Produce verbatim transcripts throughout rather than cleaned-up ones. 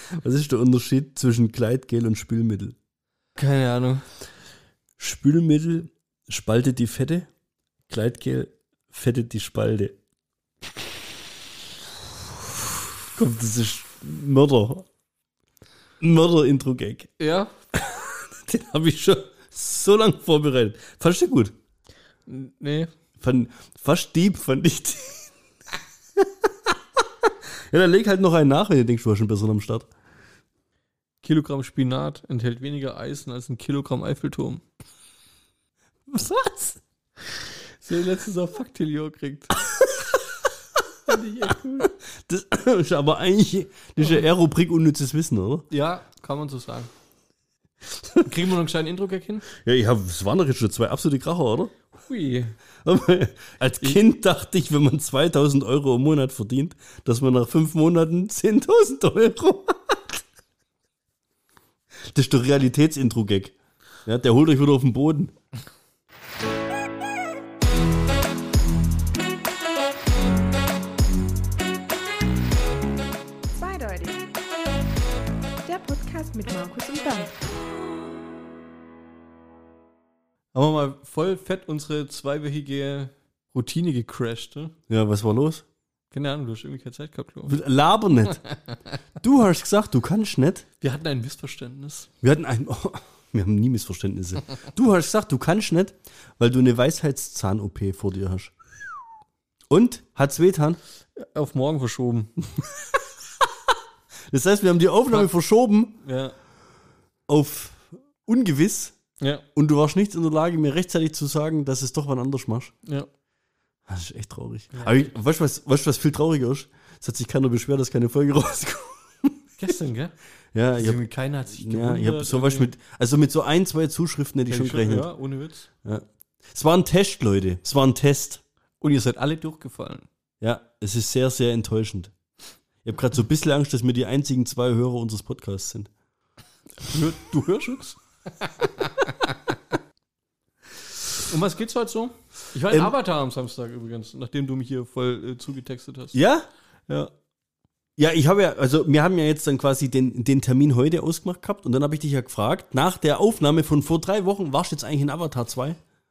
Was ist der Unterschied zwischen Gleitgel und Spülmittel? Keine Ahnung. Spülmittel spaltet die Fette, Gleitgel fettet die Spalte. Komm, das ist Mörder. Mörder-Intro-Gag. Ja? Den habe ich schon so lange vorbereitet. Fandst du gut? Nee. Fand, fast deep fand ich den. Ja, dann leg halt noch einen nach, wenn du denkst, du hast schon besser am Start. Kilogramm Spinat enthält weniger Eisen als ein Kilogramm Eiffelturm. Was? Das habe ich letztens auf Faktilio gekriegt. Fand ich echt cool. Das ist aber eigentlich das ist ja eher Rubrik unnützes Wissen, oder? Ja, kann man so sagen. Kriegen wir noch einen kleinen Intro-Gag hin? Ja, ich habe, es waren doch jetzt schon zwei absolute Kracher, oder? Hui. Aber als Kind dachte ich, wenn man zweitausend Euro im Monat verdient, dass man nach fünf Monaten zehntausend Euro hat. Das ist der Realitätsintro-Gag. Ja, der holt euch wieder auf den Boden. Zweideutig. Der Podcast mit Markus und Bernd. Haben wir mal voll fett unsere zweiwöchige Routine gecrashed, ne? Ja, was war los? Keine Ahnung, du hast irgendwie keine Zeit gehabt, glaube ich. Laber nicht. Du hast gesagt, du kannst nicht. Wir hatten ein Missverständnis. Wir hatten ein, oh, wir haben nie Missverständnisse. Du hast gesagt, du kannst nicht, weil du eine Weisheitszahn-O P vor dir hast. Und? Hat's wehtan? Auf morgen verschoben. Das heißt, wir haben die Aufnahme Was? verschoben Ja. auf ungewiss Ja. und du warst nicht in der Lage, mir rechtzeitig zu sagen, dass es doch wann anders machst. Ja. Das ist echt traurig. Ja. Aber ich, weißt du, was, weißt, du, was viel trauriger ist? Es hat sich keiner beschwert, dass keine Folge rauskommt. Gestern, gell? Ja, ich hab, Irgendwie keiner hat sich ja, ich hab gewundert, so was mit, also mit so ein, zwei Zuschriften hätte ich schon gerechnet. Ja, ohne Witz. Ja. Es war ein Test, Leute. Es war ein Test. Und ihr seid alle durchgefallen. Ja, es ist sehr, sehr enttäuschend. Ich habe gerade so ein bisschen Angst, dass wir die einzigen zwei Hörer unseres Podcasts sind. Du, du hörst uns? Um was geht's heute so? Ich war in Ähm, Avatar am Samstag übrigens, nachdem du mich hier voll äh, zugetextet hast. Ja? Ja. Ja, ich habe ja, also wir haben ja jetzt dann quasi den, den Termin heute ausgemacht gehabt und dann habe ich dich ja gefragt, nach der Aufnahme von vor drei Wochen warst du jetzt eigentlich in Avatar zwei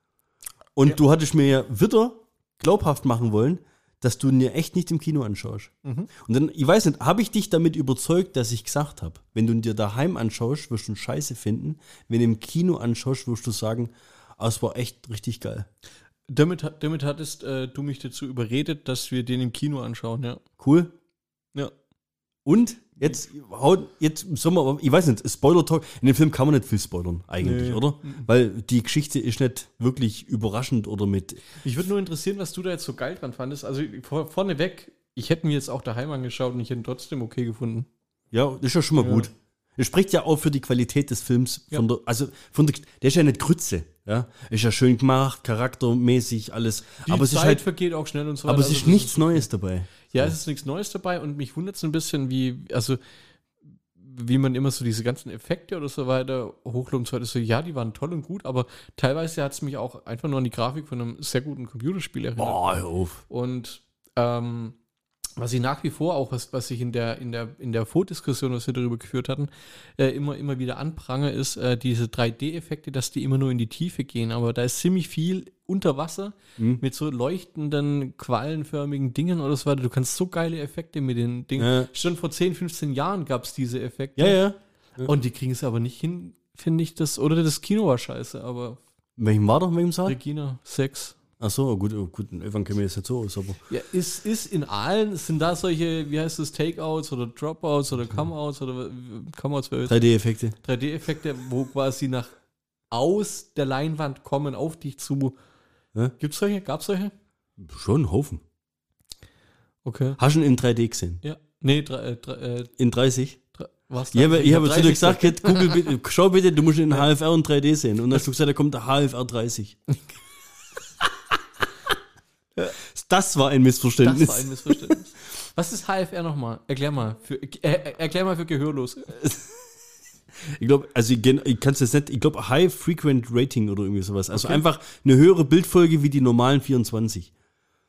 und Ja. du hattest mir ja wieder glaubhaft machen wollen, dass du ihn dir echt nicht im Kino anschaust. Mhm. Und dann, ich weiß nicht, habe ich dich damit überzeugt, dass ich gesagt habe, wenn du ihn dir daheim anschaust, wirst du ihn scheiße finden, wenn du im Kino anschaust, wirst du sagen, ah, es war echt richtig geil. Damit, hat- damit hattest äh, du mich dazu überredet, dass wir den im Kino anschauen, ja. Cool. Ja. Und jetzt haut, jetzt sollen wir, ich weiß nicht, Spoiler-Talk, in dem Film kann man nicht viel spoilern, eigentlich, Nee. oder? Weil die Geschichte ist nicht wirklich überraschend oder mit. Mich würde nur interessieren, was du da jetzt so geil dran fandest. Also vor, vorneweg, ich hätte mir jetzt auch daheim angeschaut und ich hätte ihn trotzdem okay gefunden. Ja, das ist ja schon mal Ja. gut. Es spricht ja auch für die Qualität des Films. Von Ja. der, also von der, der ist ja nicht Grütze, ja. Ist ja schön gemacht, charaktermäßig, alles. Die aber es Zeit ist halt, vergeht auch schnell und so weiter. aber es Also ist das nichts Neues dabei. Ja, es ist nichts Neues dabei und mich wundert es ein bisschen, wie, also, wie man immer so diese ganzen Effekte oder so weiter hochloben sollte. So, ja, die waren toll und gut, aber teilweise hat es mich auch einfach nur an die Grafik von einem sehr guten Computerspiel erinnert. Boah, hör auf. Und ähm, was ich nach wie vor auch, was, was ich in der, in der, in der Vordiskussion, was wir darüber geführt hatten, äh, immer, immer wieder anprange, ist äh, diese drei D-Effekte, dass die immer nur in die Tiefe gehen. Aber da ist ziemlich viel unter Wasser Mhm. mit so leuchtenden, quallenförmigen Dingen oder so weiter. Du kannst so geile Effekte mit den Dingen. Ja. Schon vor zehn, fünfzehn Jahren gab es diese Effekte. Ja, ja. Ja. Und die kriegen es aber nicht hin, finde ich das. Oder das Kino war scheiße, aber In welchem war doch, in welchem Saal? Regina, sechs. Ach so, gut, oh, gut, in Evan kennen wir jetzt nicht so aus, aber. Ja, ist, ist in allen, sind da solche, wie heißt das, Takeouts oder Dropouts oder Comeouts oder Comeouts, wer drei D-Effekte. drei D-Effekte, wo quasi nach aus der Leinwand kommen, auf dich zu. Ja? Gibt's solche? Gab's solche? Schon ein Haufen. Okay. Hast du ihn in drei D gesehen? Ja. Nee, drei, äh, drei, äh, In dreißig? drei was? Ich habe, ich habe zu dir dreißig gesagt, jetzt Google bitte, schau bitte, du musst ihn in H F R und drei D sehen. Und dann hast du gesagt, da kommt der H F R dreißig. Das war ein Missverständnis. Das war ein Missverständnis. Was ist H F R nochmal? Erklär mal. Für, äh, erklär mal für Gehörlos. Ich glaube, also ich, ich kann es jetzt nicht, ich glaube High Frequent Rating oder irgendwie sowas. Also einfach eine höhere Bildfolge wie die normalen vierundzwanzig.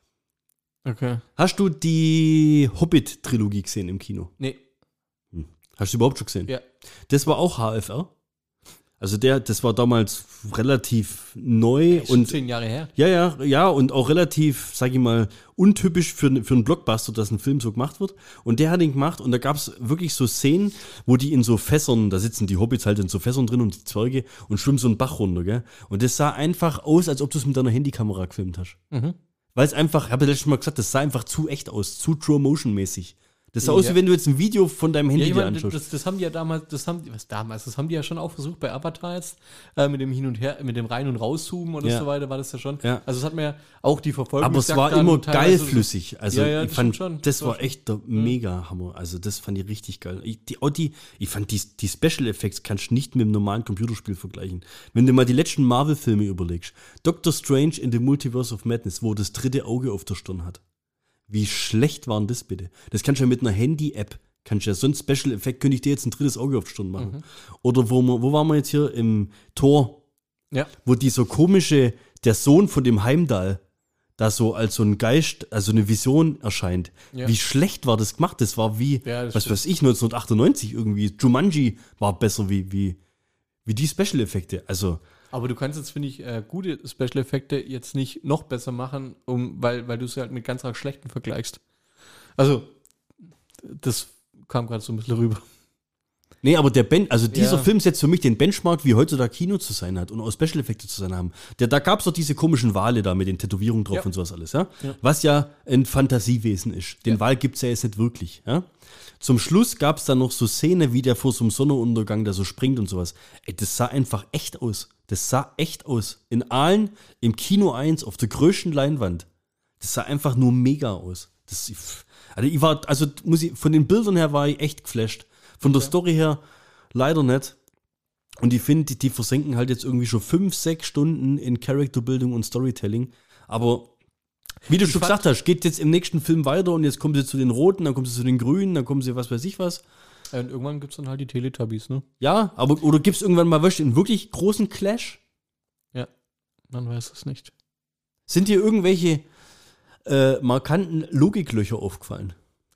Okay. Hast du die Hobbit-Trilogie gesehen im Kino? Nee. Hast du überhaupt schon gesehen? Ja. Das war auch H F R. Also der, das war damals relativ neu Ist schon und zehn Jahre her. ja, ja, ja, und auch relativ, sag ich mal, untypisch für, für einen Blockbuster, dass ein Film so gemacht wird. Und der hat ihn gemacht und da gab es wirklich so Szenen, wo die in so Fässern, da sitzen die Hobbits halt in so Fässern drin und die Zwerge und schwimmen so einen Bach runter, gell? Und das sah einfach aus, als ob du es mit deiner Handykamera gefilmt hast. Mhm. Weil es einfach, ich habe ja letztes Mal gesagt, das sah einfach zu echt aus, zu True-Motion-mäßig. Das sah aus, Ja. wie wenn du jetzt ein Video von deinem Handy Ja, ich dir meine, anschaust. das, das haben die ja damals, das haben die, was damals, das haben die ja schon auch versucht bei Avatar jetzt, äh, mit dem Hin und Her, mit dem Rein- und Rauszoomen oder Ja. so weiter, war das ja schon. Ja. Also es hat mir ja auch die Verfolgung. Aber es war immer geil flüssig. Also Ja, ja, ich das fand, stimmt schon. das Das war war echt der mega Hammer. Also das fand ich richtig geil. Ich, die, auch die, ich fand die, die Special Effects kannst du nicht mit einem normalen Computerspiel vergleichen. Wenn du mal die letzten Marvel-Filme überlegst, Doctor Strange in the Multiverse of Madness, wo das dritte Auge auf der Stirn hat. Wie schlecht waren das bitte? Das kannst du ja mit einer Handy-App, kannst du ja so ein Special-Effekt, könnte ich dir jetzt ein drittes Auge auf die Stirn machen. Mhm. Oder wo, wir, wo waren wir jetzt hier? Im Tor, Ja. wo dieser komische, der Sohn von dem Heimdall, da so als so ein Geist, also eine Vision erscheint. Ja. Wie schlecht war das gemacht? Das war wie, Ja, das was stimmt. weiß ich, neunzehnhundertachtundneunzig irgendwie. Jumanji war besser wie, wie, wie die Special-Effekte. Also, Aber du kannst jetzt, finde ich, äh, gute Special-Effekte jetzt nicht noch besser machen, um, weil, weil du sie halt mit ganz arg schlechten vergleichst. Also, das kam gerade so ein bisschen rüber. nee, aber der Ben, also dieser Ja. Film setzt für mich den Benchmark, wie heutzutage Kino zu sein hat und auch Special-Effekte zu sein haben. Der, da gab es doch diese komischen Wale da mit den Tätowierungen drauf Ja. und sowas alles, ja? Ja. Was ja ein Fantasiewesen ist. Den Ja. Wal gibt es ja jetzt nicht wirklich, ja? Zum Schluss gab es dann noch so Szene, wie der vor so einem Sonnenuntergang da so springt und sowas. Ey, das sah einfach echt aus. Das sah echt aus. In Aalen, im Kino eins, auf der größten Leinwand. Das sah einfach nur mega aus. Das, also ich war, also muss ich, von den Bildern her war ich echt geflasht. Von der Ja. Story her leider nicht. Und ich finde, die, die versenken halt jetzt irgendwie schon fünf, sechs Stunden in Charakterbildung und Storytelling. Aber wie du Ich schon fand- gesagt hast, geht jetzt im nächsten Film weiter und jetzt kommen sie zu den Roten, dann kommen sie zu den Grünen, dann kommen sie was weiß ich was. Äh, Und irgendwann gibt es dann halt die Teletubbies, ne? Ja, aber oder gibt es irgendwann mal weißt du, einen wirklich großen Clash? Ja, man weiß es nicht. Sind dir irgendwelche äh, markanten Logiklöcher aufgefallen?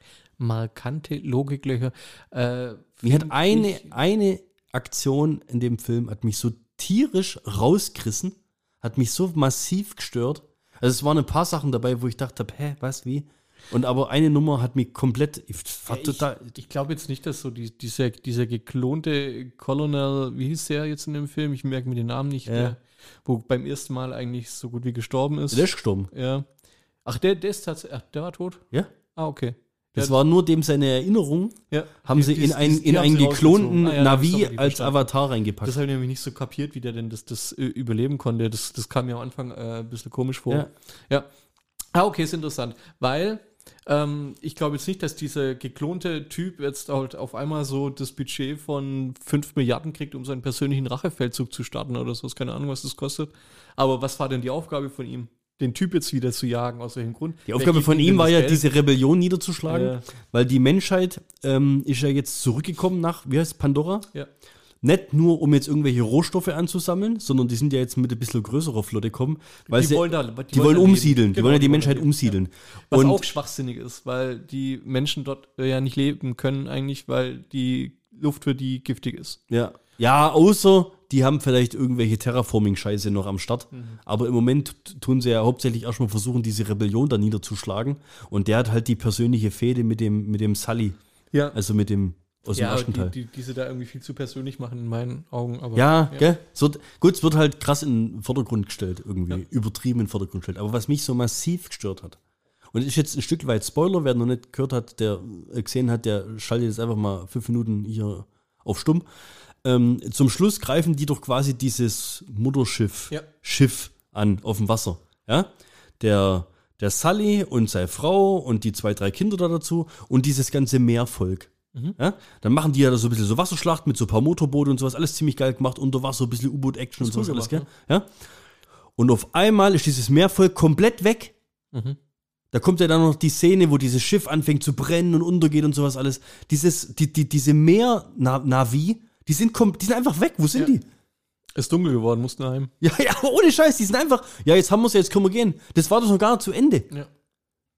Markante Logiklöcher. Äh, Mir hat find eine, ich- eine Aktion in dem Film hat mich so tierisch rausgerissen, hat mich so massiv gestört. Also es waren ein paar Sachen dabei, wo ich dachte, hä, was, wie? Und aber eine Nummer hat mich komplett, ich war Ja, total, Ich, ich glaube jetzt nicht, dass so die, dieser, dieser geklonte Colonel, wie hieß der jetzt in dem Film? Ich merke mir den Namen nicht, Ja. der, wo beim ersten Mal eigentlich so gut wie gestorben ist. der ist gestorben. Ja. Ach, der, der ist tatsächlich, ach, der war tot? Ja? Ah, okay. Das Ja, war nur dem seine Erinnerung, ja. haben Die- sie die- in, die- ein, die in haben einen sie geklonten rausgezogen. Ah, ja, da hab ich's Navi aber nicht als verstanden. Avatar reingepackt. Das habe ich nämlich nicht so kapiert, wie der denn das, das äh, überleben konnte. Das, das kam mir am Anfang äh, ein bisschen komisch vor. Ja. Ja. Ah, okay, ist interessant. Weil ähm, ich glaube jetzt nicht, dass dieser geklonte Typ jetzt halt auf einmal so das Budget von fünf Milliarden kriegt, um seinen persönlichen Rachefeldzug zu starten oder so. Keine Ahnung, was das kostet. Aber was war denn die Aufgabe von ihm? Den Typ jetzt wieder zu jagen, aus welchem Grund? Die Wer Aufgabe gibt von ihm ihm denn war das ja, Geld? diese Rebellion niederzuschlagen, Ja. weil die Menschheit ähm, ist ja jetzt zurückgekommen nach, wie heißt es, Pandora? Ja. Nicht nur, um jetzt irgendwelche Rohstoffe anzusammeln, sondern die sind ja jetzt mit ein bisschen größerer Flotte kommen, weil Die sie, wollen da- die, die wollen wollen da umsiedeln, leben. die Genau, wollen ja die die wollen Menschheit da leben, umsiedeln. Was Und auch schwachsinnig ist, weil die Menschen dort äh, ja nicht leben können eigentlich, weil die Luft für die giftig ist. ja, ja, außer die haben vielleicht irgendwelche Terraforming-Scheiße noch am Start. Mhm. Aber im Moment t- tun sie ja hauptsächlich erstmal versuchen, diese Rebellion da niederzuschlagen. Und der hat halt die persönliche Fehde mit dem, mit dem Sully, Ja, also mit dem aus dem ja ersten die, Teil. die, die sie da irgendwie viel zu persönlich machen in meinen Augen. Aber Ja, ja. gell? Es wird, gut, es wird halt krass in den Vordergrund gestellt, irgendwie. Ja. Übertrieben in den Vordergrund gestellt. Aber was mich so massiv gestört hat, und ist jetzt ein Stück weit Spoiler, wer noch nicht gehört hat, der äh, gesehen hat, der schaltet jetzt einfach mal fünf Minuten hier auf Stumm. Ähm, zum Schluss greifen die doch quasi dieses Mutterschiff Ja. Schiff an auf dem Wasser. Ja? Der, der Sully und seine Frau und die zwei, drei Kinder da dazu und dieses ganze Meervolk. Mhm. Ja? Dann machen die ja da so ein bisschen so Wasserschlachten mit so ein paar Motorboote und sowas, alles ziemlich geil gemacht, unter Wasser, ein bisschen U-Boot-Action und Ist sowas cool alles, gemacht, gell? Ja? Und auf einmal ist dieses Meervolk komplett weg. Mhm. Da kommt ja dann noch die Szene, wo dieses Schiff anfängt zu brennen und untergeht und sowas alles. Dieses, die, die, diese Meer-Navi, die sind, kom- die sind einfach weg. Wo sind Ja. die? Ist dunkel geworden, mussten heim. Ja, ja, aber ohne Scheiß, die sind einfach, ja, jetzt haben wir es, jetzt können wir gehen. Das war doch noch gar nicht zu Ende. Ja.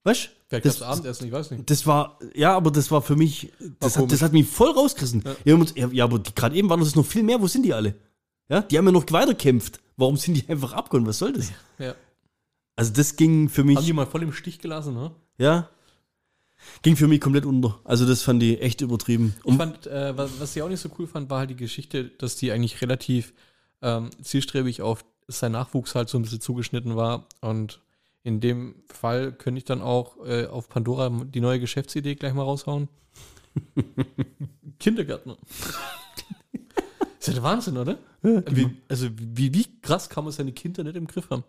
Weißt Vielleicht das, das Abendessen, ich weiß nicht. das war, ja, aber das war für mich, das, hat, das hat mich voll rausgerissen. Ja. Ja, und- ja, ja, aber gerade eben waren das noch viel mehr, wo sind die alle? Ja, die haben ja noch weiterkämpft. Warum sind die einfach abgehauen? Was soll das? Ja. Also das ging für mich, Haben die mal voll im Stich gelassen, ne? ja, ging für mich komplett unter. Also das fand ich echt übertrieben. Ich fand, äh, was, was ich auch nicht so cool fand, war halt die Geschichte, dass die eigentlich relativ ähm, zielstrebig auf sein Nachwuchs halt so ein bisschen zugeschnitten war. Und in dem Fall könnte ich dann auch äh, auf Pandora die neue Geschäftsidee gleich mal raushauen. Kindergärtner. Ist ja der Wahnsinn, oder? Ja, Wie, also wie, wie krass kann man seine Kinder nicht im Griff haben?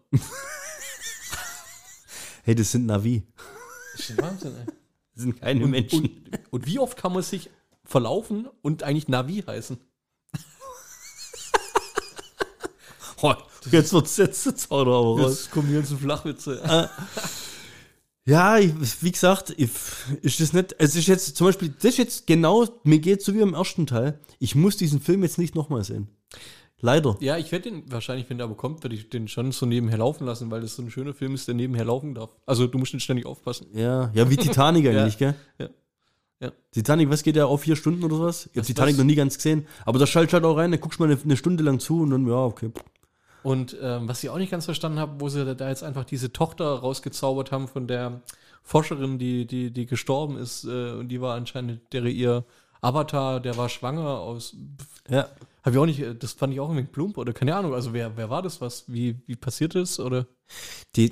Hey, das sind Navi. Das ist der Wahnsinn, ey. Das sind keine Und, Menschen. und, und wie oft kann man sich verlaufen und eigentlich Navi heißen? Oh, jetzt wird's jetzt, jetzt haut er aber raus. Jetzt kommen die ganzen Flachwitze. Ja, ich, wie gesagt, ich, ist das nicht, es ist jetzt zum Beispiel, das ist jetzt genau, mir geht so wie im ersten Teil, ich muss diesen Film jetzt nicht nochmal sehen. Leider. Ja, ich werde den wahrscheinlich, wenn der aber kommt, werde ich den schon so nebenher laufen lassen, weil das so ein schöner Film ist, der nebenher laufen darf. Also du musst den ständig aufpassen. Ja, ja, wie Titanic eigentlich, gell? Ja. Ja. Titanic, was geht ja auf vier Stunden oder was? Ich habe Was- Titanic was? noch nie ganz gesehen, aber da schaltest halt auch rein, da guckst du mal eine, eine Stunde lang zu und dann, ja, okay. Und ähm, was ich auch nicht ganz verstanden habe, wo sie da jetzt einfach diese Tochter rausgezaubert haben von der Forscherin, die, die, die gestorben ist, äh, und die war anscheinend der ihr Avatar, der war schwanger aus. Ja. Habe ich auch nicht, äh, das fand ich auch ein wenig plump oder keine Ahnung. Also wer, wer war das? Was, wie, wie passiert das? Oder? Die,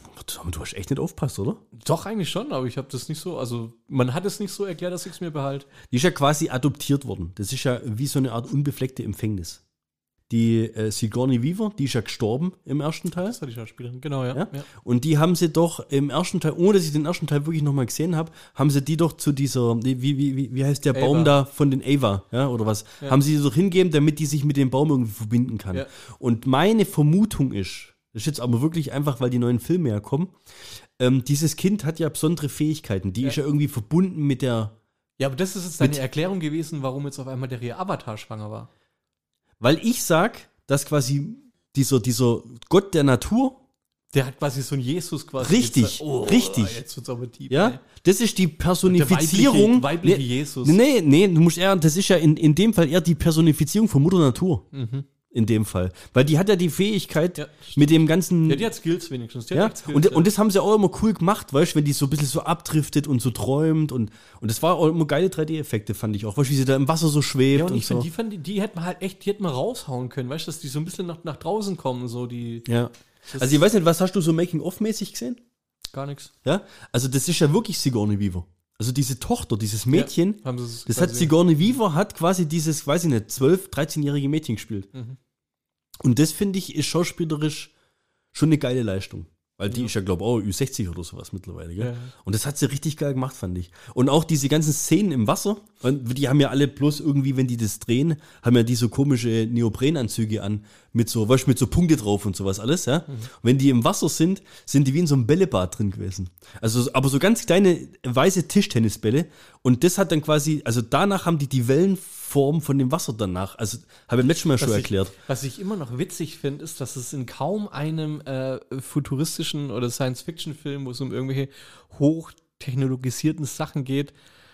du hast echt nicht aufpasst, oder? Doch, eigentlich schon, aber ich habe das nicht so, also man hat es nicht so erklärt, dass ich es mir behalte. Die ist ja quasi adoptiert worden. Das ist ja wie so eine Art unbefleckte Empfängnis. Die äh, Sigourney Weaver, die ist ja gestorben im ersten Teil. Das war die Schauspielerin, genau, ja. Ja? ja. Und die haben sie doch im ersten Teil, ohne dass ich den ersten Teil wirklich nochmal gesehen habe, haben sie die doch zu dieser, wie, wie, wie, wie heißt der Ava. Baum da von den Ava, ja, oder was, Ja. haben sie die doch hingegeben, damit die sich mit dem Baum irgendwie verbinden kann. Ja. Und meine Vermutung ist, das ist jetzt aber wirklich einfach, weil die neuen Filme ja kommen, ähm, dieses Kind hat ja besondere Fähigkeiten, die Ja. ist ja irgendwie verbunden mit der, Ja, aber das ist jetzt deine Mit- Erklärung gewesen, warum jetzt auf einmal der ihr Avatar schwanger war. weil ich sag, dass quasi dieser, dieser Gott der Natur, Der hat quasi so ein Jesus quasi. Richtig, gezeigt. Oh, richtig. Jetzt wird's aber tief. ja, ey. das ist die Der Personifizierung. weibliche, weibliche Nee, Jesus. Nee, nee, du musst eher, das ist ja in, in dem Fall eher die Personifizierung von Mutter Natur. Mhm. In dem Fall. Weil die hat ja die Fähigkeit Ja, mit dem ganzen. Ja, die hat Skills wenigstens. Die hat Ja, echt Skills, und, ja. und das haben sie auch immer cool gemacht, weißt du, wenn die so ein bisschen so abdriftet und so träumt und, und das war auch immer geile drei D-Effekte, fand ich auch, weißt du, wie sie da im Wasser so schwebt Ja, und und ich so. finde, die, fand, die, die hätte man halt echt, die hätte man raushauen können, weißt du, dass die so ein bisschen nach, nach draußen kommen, so die. Ja. Das Also ich weiß nicht, was hast du so Making-of-mäßig gesehen? Gar nichts. Ja, also das ist ja wirklich Sigourney Weaver. Also diese Tochter, dieses Mädchen, Ja, haben sie es das hat quasi- Sigourney Weaver, hat quasi dieses, weiß ich nicht, zwölf-, dreizehnjährige Mädchen gespielt. Mhm. Und das finde ich ist schauspielerisch schon eine geile Leistung. Weil die Ja. ist ja, glaube ich, auch Ü sechzig oder sowas mittlerweile. Gell? Ja. Und das hat sie richtig geil gemacht, fand ich. Und auch diese ganzen Szenen im Wasser, und die haben ja alle bloß irgendwie, wenn die das drehen, haben ja die so komische Neoprenanzüge an, mit so, weißt du, mit so Punkte drauf und sowas alles. Ja? Mhm. Und wenn die im Wasser sind, sind die wie in so einem Bällebad drin gewesen. Also, aber so ganz kleine weiße Tischtennisbälle. Und das hat dann quasi, also danach haben die die Wellenform von dem Wasser danach. Also, habe ich im letzten Mal schon Was erklärt. Ich, was ich immer noch witzig finde, ist, dass es in kaum einem äh, futuristischen oder Science-Fiction-Film, wo es um irgendwelche hochtechnologisierten Sachen geht,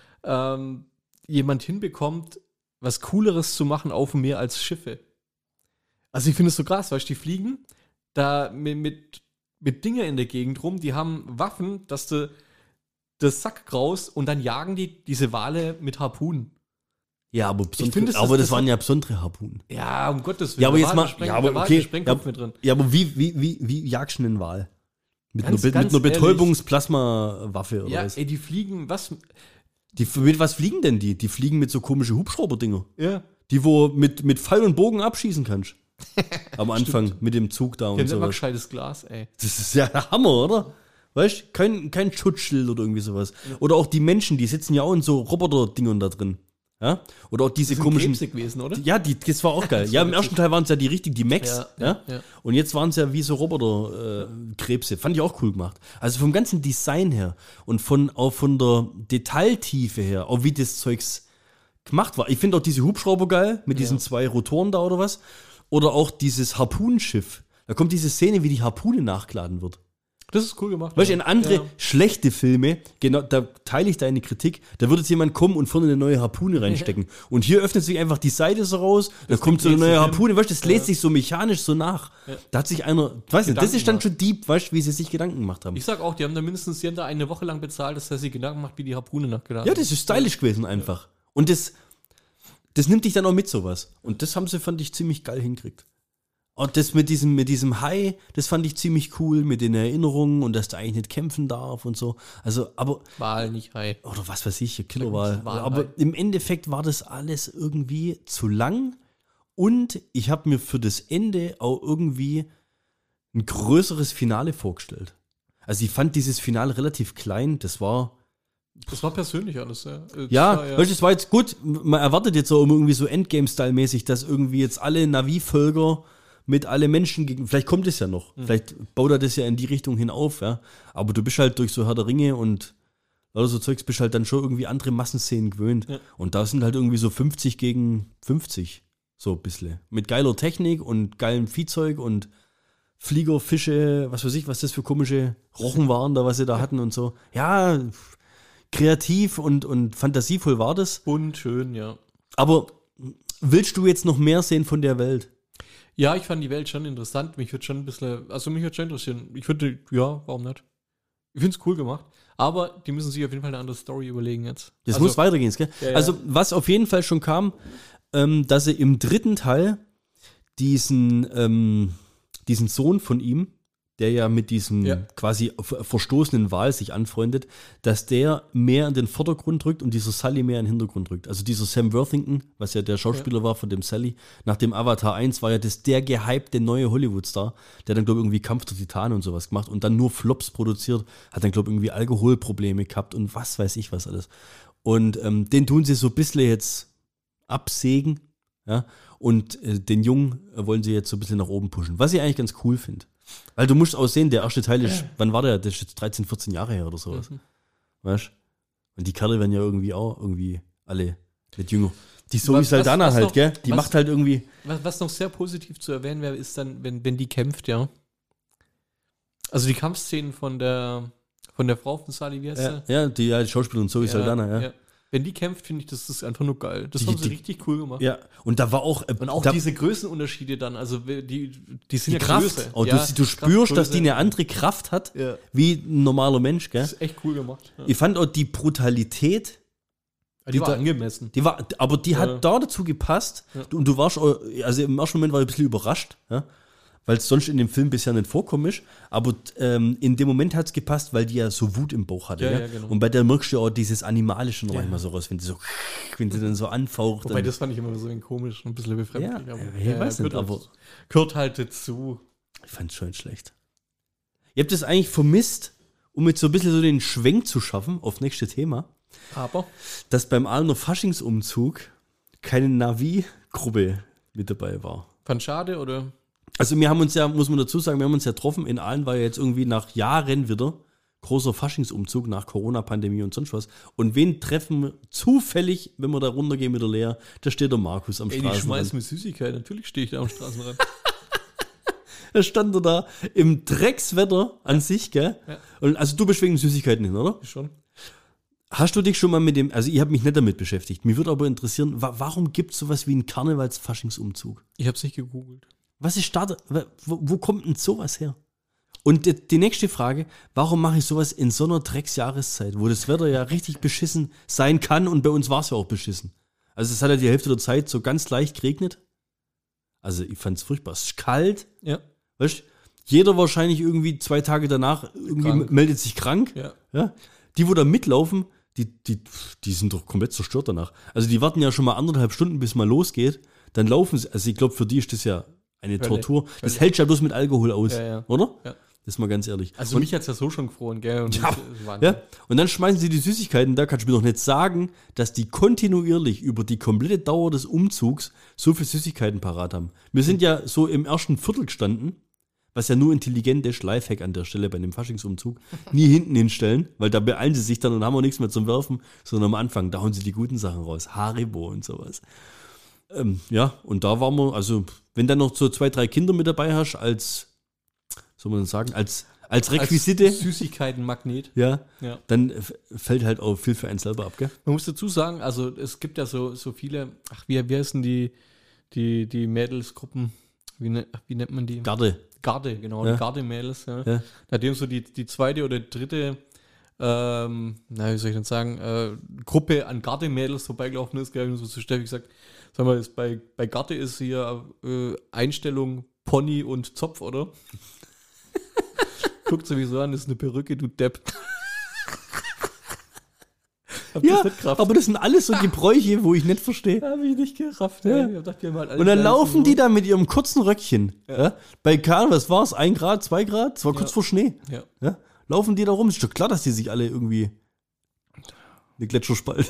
ähm, jemand hinbekommt, was Cooleres zu machen auf dem Meer als Schiffe. Also ich finde es so krass, weißt du, die fliegen da mit, mit, mit Dinger in der Gegend rum, die haben Waffen, dass du das Sack raus und dann jagen die diese Wale mit Harpunen. Ja, aber, besondere, finde, das- aber das, das waren hat- ja besondere Harpunen. Ja, um Gottes Willen. Ja, aber da jetzt war mal, ein Spreng- ja, aber da war okay, ein Sprengkopf ja, mit drin. ja, aber wie, wie, wie, wie jagst du einen Wal? Mit, Ganz- einer, Be- mit ganz einer ehrlich. Betäubungsplasma-Waffe oder Ja, was? ey, die fliegen, was? Die, mit was fliegen denn die? Die fliegen mit so komischen Hubschrauber-Dinger. Ja. Die, wo mit, mit Pfeil und Bogen abschießen kannst. Am Anfang mit dem Zug da Die und haben immer so. gescheites Glas, ey. Das ist ja der Hammer, oder? Weißt du, kein, kein Schutzschild oder irgendwie sowas. Oder auch die Menschen, die sitzen ja auch in so Roboter-Dingern da drin. Ja? Oder auch diese Die sind komischen. krebsig gewesen, oder? Ja, die, das war auch geil. Ja, im ersten Teil waren es ja die richtigen, die Max. Ja, Ja, ja, ja. Und jetzt waren es ja wie so Roboter-Krebse. Fand ich auch cool gemacht. Also vom ganzen Design her und von, auch von der Detailtiefe her, auch wie das Zeugs gemacht war. Ich finde auch diese Hubschrauber geil, mit diesen Ja. zwei Rotoren da oder was. Oder auch dieses Harpunenschiff. Da kommt diese Szene, wie die Harpune nachgeladen wird. Das ist cool gemacht. Weißt du, in andere ja. schlechte Filme, genau, da teile ich deine Kritik, da würde jetzt jemand kommen und vorne eine neue Harpune reinstecken. Und hier öffnet sich einfach die Seite so raus, da kommt so eine neue Harpune, weißt du, das lädt ja. sich so mechanisch so nach. Ja. Da hat sich einer, weiß nicht, das ist dann schon deep, weißt du, wie sie sich Gedanken gemacht haben. Ich sag auch, die haben da mindestens, die haben da eine Woche lang bezahlt, dass er sich Gedanken macht, wie die Harpune nachgeladen. Ja, das ist stylisch gewesen einfach. Und das, das nimmt dich dann auch mit sowas. Und das haben sie, fand ich, ziemlich geil hingekriegt. Und das mit diesem, mit diesem Hai, das fand ich ziemlich cool, mit den Erinnerungen und dass du eigentlich nicht kämpfen darf und so. Also, aber. Wal, nicht Hai. Oder was weiß ich, Killerwal. Aber im Endeffekt war das alles irgendwie zu lang. Und ich habe mir für das Ende auch irgendwie ein größeres Finale vorgestellt. Also ich fand dieses Finale relativ klein. Das war. Das war persönlich alles, ja. Das ja, war, ja. weißt du, das war jetzt gut. Man erwartet jetzt auch irgendwie so Endgame-Style-mäßig, dass irgendwie jetzt alle Navi-Völker mit alle Menschen gegen, vielleicht kommt es ja noch, mhm. vielleicht baut er das ja in die Richtung hin auf, ja, aber du bist halt durch so Herr der Ringe und oder so Zeugs bist halt dann schon irgendwie andere Massenszenen gewöhnt ja. und da sind halt irgendwie so fünfzig gegen fünfzig, so ein bisschen, mit geiler Technik und geilem Viehzeug und Flieger, Fische, was weiß ich, was das für komische Rochen waren da, was sie da hatten und so, ja, kreativ und, und fantasievoll war das. Und schön, ja. Aber willst du jetzt noch mehr sehen von der Welt? Ja, ich fand die Welt schon interessant. Mich würde schon ein bisschen, also mich würde schon interessieren. Ich würde, ja, warum nicht? Ich finde es cool gemacht. Aber die müssen sich auf jeden Fall eine andere Story überlegen jetzt. Das also, muss weitergehen, gell? Ja, ja. Also, was auf jeden Fall schon kam, ähm, dass sie im dritten Teil diesen, ähm, diesen Sohn von ihm, der ja mit diesem ja. quasi verstoßenen Wal sich anfreundet, dass der mehr in den Vordergrund rückt und dieser Sully mehr in den Hintergrund rückt. Also dieser Sam Worthington, was ja der Schauspieler ja. war von dem Sully, nach dem Avatar eins war ja das der gehypte neue Hollywood-Star, der dann, glaube ich, irgendwie Kampf der Titanen und sowas gemacht und dann nur Flops produziert, hat dann, glaube ich, irgendwie Alkoholprobleme gehabt und was weiß ich was alles. Und ähm, den tun sie so ein bisschen jetzt absägen, ja, und äh, den Jungen äh, wollen sie jetzt so ein bisschen nach oben pushen, was ich eigentlich ganz cool finde. Weil du musst auch sehen, der erste Teil ist, ja. wann war der? Das ist jetzt dreizehn, vierzehn Jahre her oder sowas. Mhm. Weißt du? Und die Kerle werden ja irgendwie auch irgendwie alle nicht jünger. Die Zoe Saldana was, was halt, noch, gell? Die was, macht halt irgendwie. Was, was noch sehr positiv zu erwähnen wäre, ist dann, wenn, wenn die kämpft, ja. Also die Kampfszenen von der von der Frau von Sully, wie heißt ja, ja, die, ja, die Schauspielerin Zoe ja, Saldana, ja. ja. Wenn die kämpft, finde ich, das ist einfach nur geil. Das die, haben sie die, richtig cool gemacht. Ja, und da war auch... Äh, und auch da, diese Größenunterschiede dann, also die, die sind die ja Kraft. Größe. Oh, ja, du, du spürst, dass die eine andere Kraft hat, ja. wie ein normaler Mensch, gell? Das ist echt cool gemacht. Ja. Ich fand auch die Brutalität... Die, die war da, angemessen. Die war, aber die ja. hat da dazu gepasst. Ja. Du, und du warst, also im ersten Moment war ich ein bisschen überrascht, ja? Weil es sonst in dem Film bisher nicht vorkommen ist. Aber ähm, in dem Moment hat es gepasst, weil die ja so Wut im Bauch hatte. Ja, ja, genau. Und bei der merkst du auch dieses Animalische noch ja. manchmal so raus, wenn die so, wenn die dann so anfaucht. Wobei, das fand ich immer so ein komisch und ein bisschen befremdlich. Ja, aber, ich ja, weiß nicht, aber gehört halt dazu. Ich fand es schon schlecht. Ihr habt das eigentlich vermisst, um jetzt so ein bisschen so den Schwenk zu schaffen auf nächste Thema. Aber? Dass beim Aalener Faschingsumzug keine Navi-Gruppe mit dabei war. Fand schade, oder? Also wir haben uns ja, muss man dazu sagen, wir haben uns ja getroffen. In Aalen war ja jetzt irgendwie nach Jahren wieder großer Faschingsumzug nach Corona-Pandemie und sonst was. Und wen treffen wir zufällig, wenn wir da runtergehen mit der Lea? Da steht der Markus am Ey, Straßenrand. Ich schmeiß mit Süßigkeiten, natürlich stehe ich da am Straßenrand. Da stand er da im Dreckswetter an ja. sich, gell? Ja. Und also du bist wegen Süßigkeiten hin, oder? Schon. Hast du dich schon mal mit dem, also ich habe mich nicht damit beschäftigt. Mich würde aber interessieren, wa- warum gibt es sowas wie einen Karnevals-Faschingsumzug? Ich habe es nicht gegoogelt. Was ist da, wo, wo kommt denn sowas her? Und die, die nächste Frage, warum mache ich sowas in so einer Drecksjahreszeit, wo das Wetter ja richtig beschissen sein kann und bei uns war es ja auch beschissen. Also es hat ja die Hälfte der Zeit so ganz leicht geregnet. Also ich fand es furchtbar. Es ist kalt. Ja. Weißt, jeder wahrscheinlich irgendwie zwei Tage danach irgendwie krank. meldet sich krank. Ja. Ja. Die, wo da mitlaufen, die, die, die sind doch komplett zerstört danach. Also die warten ja schon mal anderthalb Stunden, bis mal losgeht. Dann laufen sie, also ich glaube, für die ist das ja eine Völlig. Tortur. Das Völlig. hält ja bloß mit Alkohol aus, ja, ja. oder? Ja. Das ist mal ganz ehrlich. Also und, mich hat es ja so schon gefroren, gell? Und, ja, ja. Und dann schmeißen sie die Süßigkeiten, da kannst du mir doch nicht sagen, dass die kontinuierlich über die komplette Dauer des Umzugs so viele Süßigkeiten parat haben. Wir sind ja so im ersten Viertel gestanden, was ja nur intelligent ist, Lifehack an der Stelle bei einem Faschingsumzug, nie hinten hinstellen, weil da beeilen sie sich dann und haben auch nichts mehr zum Werfen, sondern am Anfang, da hauen sie die guten Sachen raus, Haribo und sowas. Ähm, ja, und da waren wir, also wenn dann noch so zwei, drei Kinder mit dabei hast, als, soll man sagen, als, als Requisite, Als Süßigkeitenmagnet. ja, Ja. dann f- fällt halt auch viel für einen selber ab, gell? Man muss dazu sagen, also es gibt ja so, so viele, ach, wie, wie heißen die, die, die Mädelsgruppen? Wie, ne, ach, wie nennt man die? Garde. Garde, genau, Ja. die Garde-Mädels. Ja. Ja. Nachdem so die, die zweite oder dritte, ähm, na, wie soll ich denn sagen, äh, Gruppe an Garde-Mädels vorbeigelaufen ist, gell, und so zu Steffi gesagt, sag mal, ist bei, bei Garde ist hier äh, Einstellung Pony und Zopf, oder? Guckt sie mich so an, das ist eine Perücke, du Depp. Hab Ja, das nicht gerafft. aber das sind alles so Gebräuche, wo ich nicht verstehe. Hab ich nicht gerafft. Ja. ey. Ich hab gedacht, wir haben halt alle Und dann gleich laufen so- die da mit ihrem kurzen Röckchen. Ja. Bei Kahn, was war's? Ein Grad, zwei Grad? Es war kurz Ja. vor Schnee. Ja. Ja. Laufen die da rum? Ist doch klar, dass die sich alle irgendwie eine Gletscherspalte.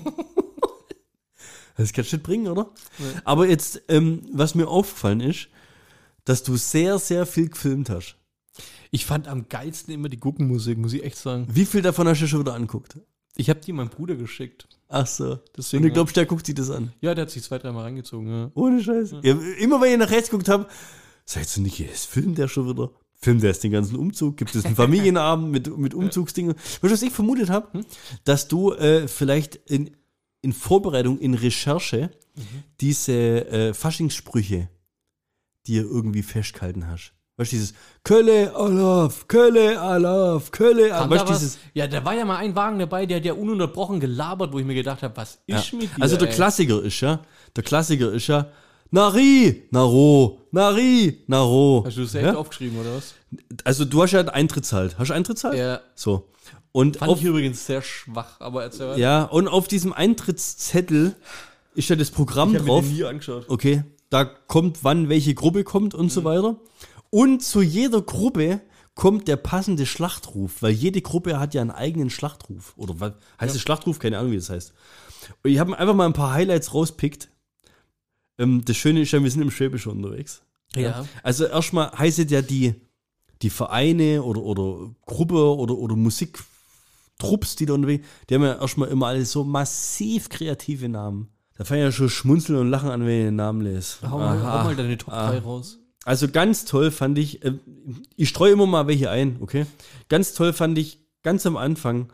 Das kannst du nicht bringen, oder? Nee. Aber jetzt, ähm, was mir aufgefallen ist, dass du sehr, sehr viel gefilmt hast. Ich fand am geilsten immer die Guggenmusik, muss ich echt sagen. Wie viel davon hast du schon wieder anguckt? Ich habe die meinem Bruder geschickt. Ach so. Deswegen, Und du glaubst, der guckt sich das an? ja, der hat sich zwei, dreimal reingezogen. Ja. Ohne Scheiß. Ja, immer wenn ich nach rechts geguckt habe, sagst du nicht, jetzt filmt der schon wieder? Filmt der jetzt den ganzen Umzug? Gibt es einen Familienabend mit, mit Umzugsdingen? Weißt du, was ich vermutet habe? Dass du äh, vielleicht in, in Vorbereitung, in Recherche diese äh, Faschingssprüche dir irgendwie festgehalten hast. Weißt du, dieses Kölle, Alaf, Kölle, Alaf, Kölle, Alaf. Kam Weißt da du, was? dieses. Ja, da war ja mal ein Wagen dabei, der hat ja ununterbrochen gelabert, wo ich mir gedacht habe, was Ja. ist mit dir? Also der ey? Klassiker ist ja, der Klassiker ist ja, Nari, Naro, Nari, Naro. Hast du das echt ja? aufgeschrieben, oder was? Also du hast ja einen Eintritt zahlt. Hast du Eintritt zahlt? Ja. So. Und Fand auf, ich übrigens sehr schwach, aber erzähl weiter. ja, und auf diesem Eintrittszettel ist ja das Programm Ich hab mir drauf. den nie angeschaut. Okay, da kommt, wann welche Gruppe kommt und Mhm. so weiter. Und zu jeder Gruppe kommt der passende Schlachtruf, weil jede Gruppe hat ja einen eigenen Schlachtruf. Oder was heißt es Schlachtruf? Keine Ahnung, wie das heißt. Und ich habe einfach mal ein paar Highlights rauspickt. Ähm, das Schöne ist ja, wir sind im Schwäbischen unterwegs. Ja. Also erstmal heißt es ja die, die Vereine oder, oder Gruppe oder, oder Musiktrupps, die da unterwegs, die haben ja erstmal immer alle so massiv kreative Namen. Da fangen ja schon schmunzeln und lachen an, wenn ich den Namen lese. Hau mal, Aha. hau mal deine Top Ah. drei raus. Also ganz toll fand ich, äh, ich streue immer mal welche ein, okay? Ganz toll fand ich ganz am Anfang,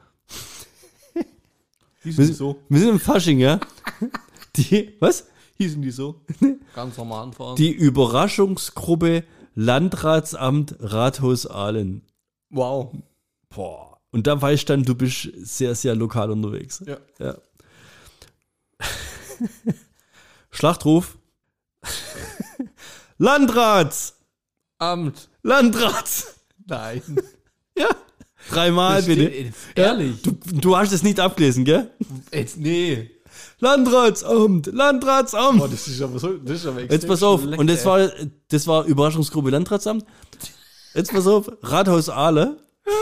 Hießen wir, sind- wir sind im Fasching, ja? Die, was? Hießen die so? Ganz normal anfahren. Die Überraschungsgruppe Landratsamt Rathaus Ahlen. wow. Boah. Und da weißt du dann, du bist sehr, sehr lokal unterwegs. Ja. Ja. Schlachtruf. Landrats! Amt. Landrats! Nein. Ja. Dreimal Das bitte. steht- Ehrlich? Du, du hast es nicht abgelesen, gell? Jetzt, nee. Landratsamt! Landratsamt! Boah, das ist aber so, das ist aber extrem Jetzt pass auf. schlecht, Und das ey. war, das war Überraschungsgruppe Landratsamt. Jetzt pass auf. Rathaus Ahle.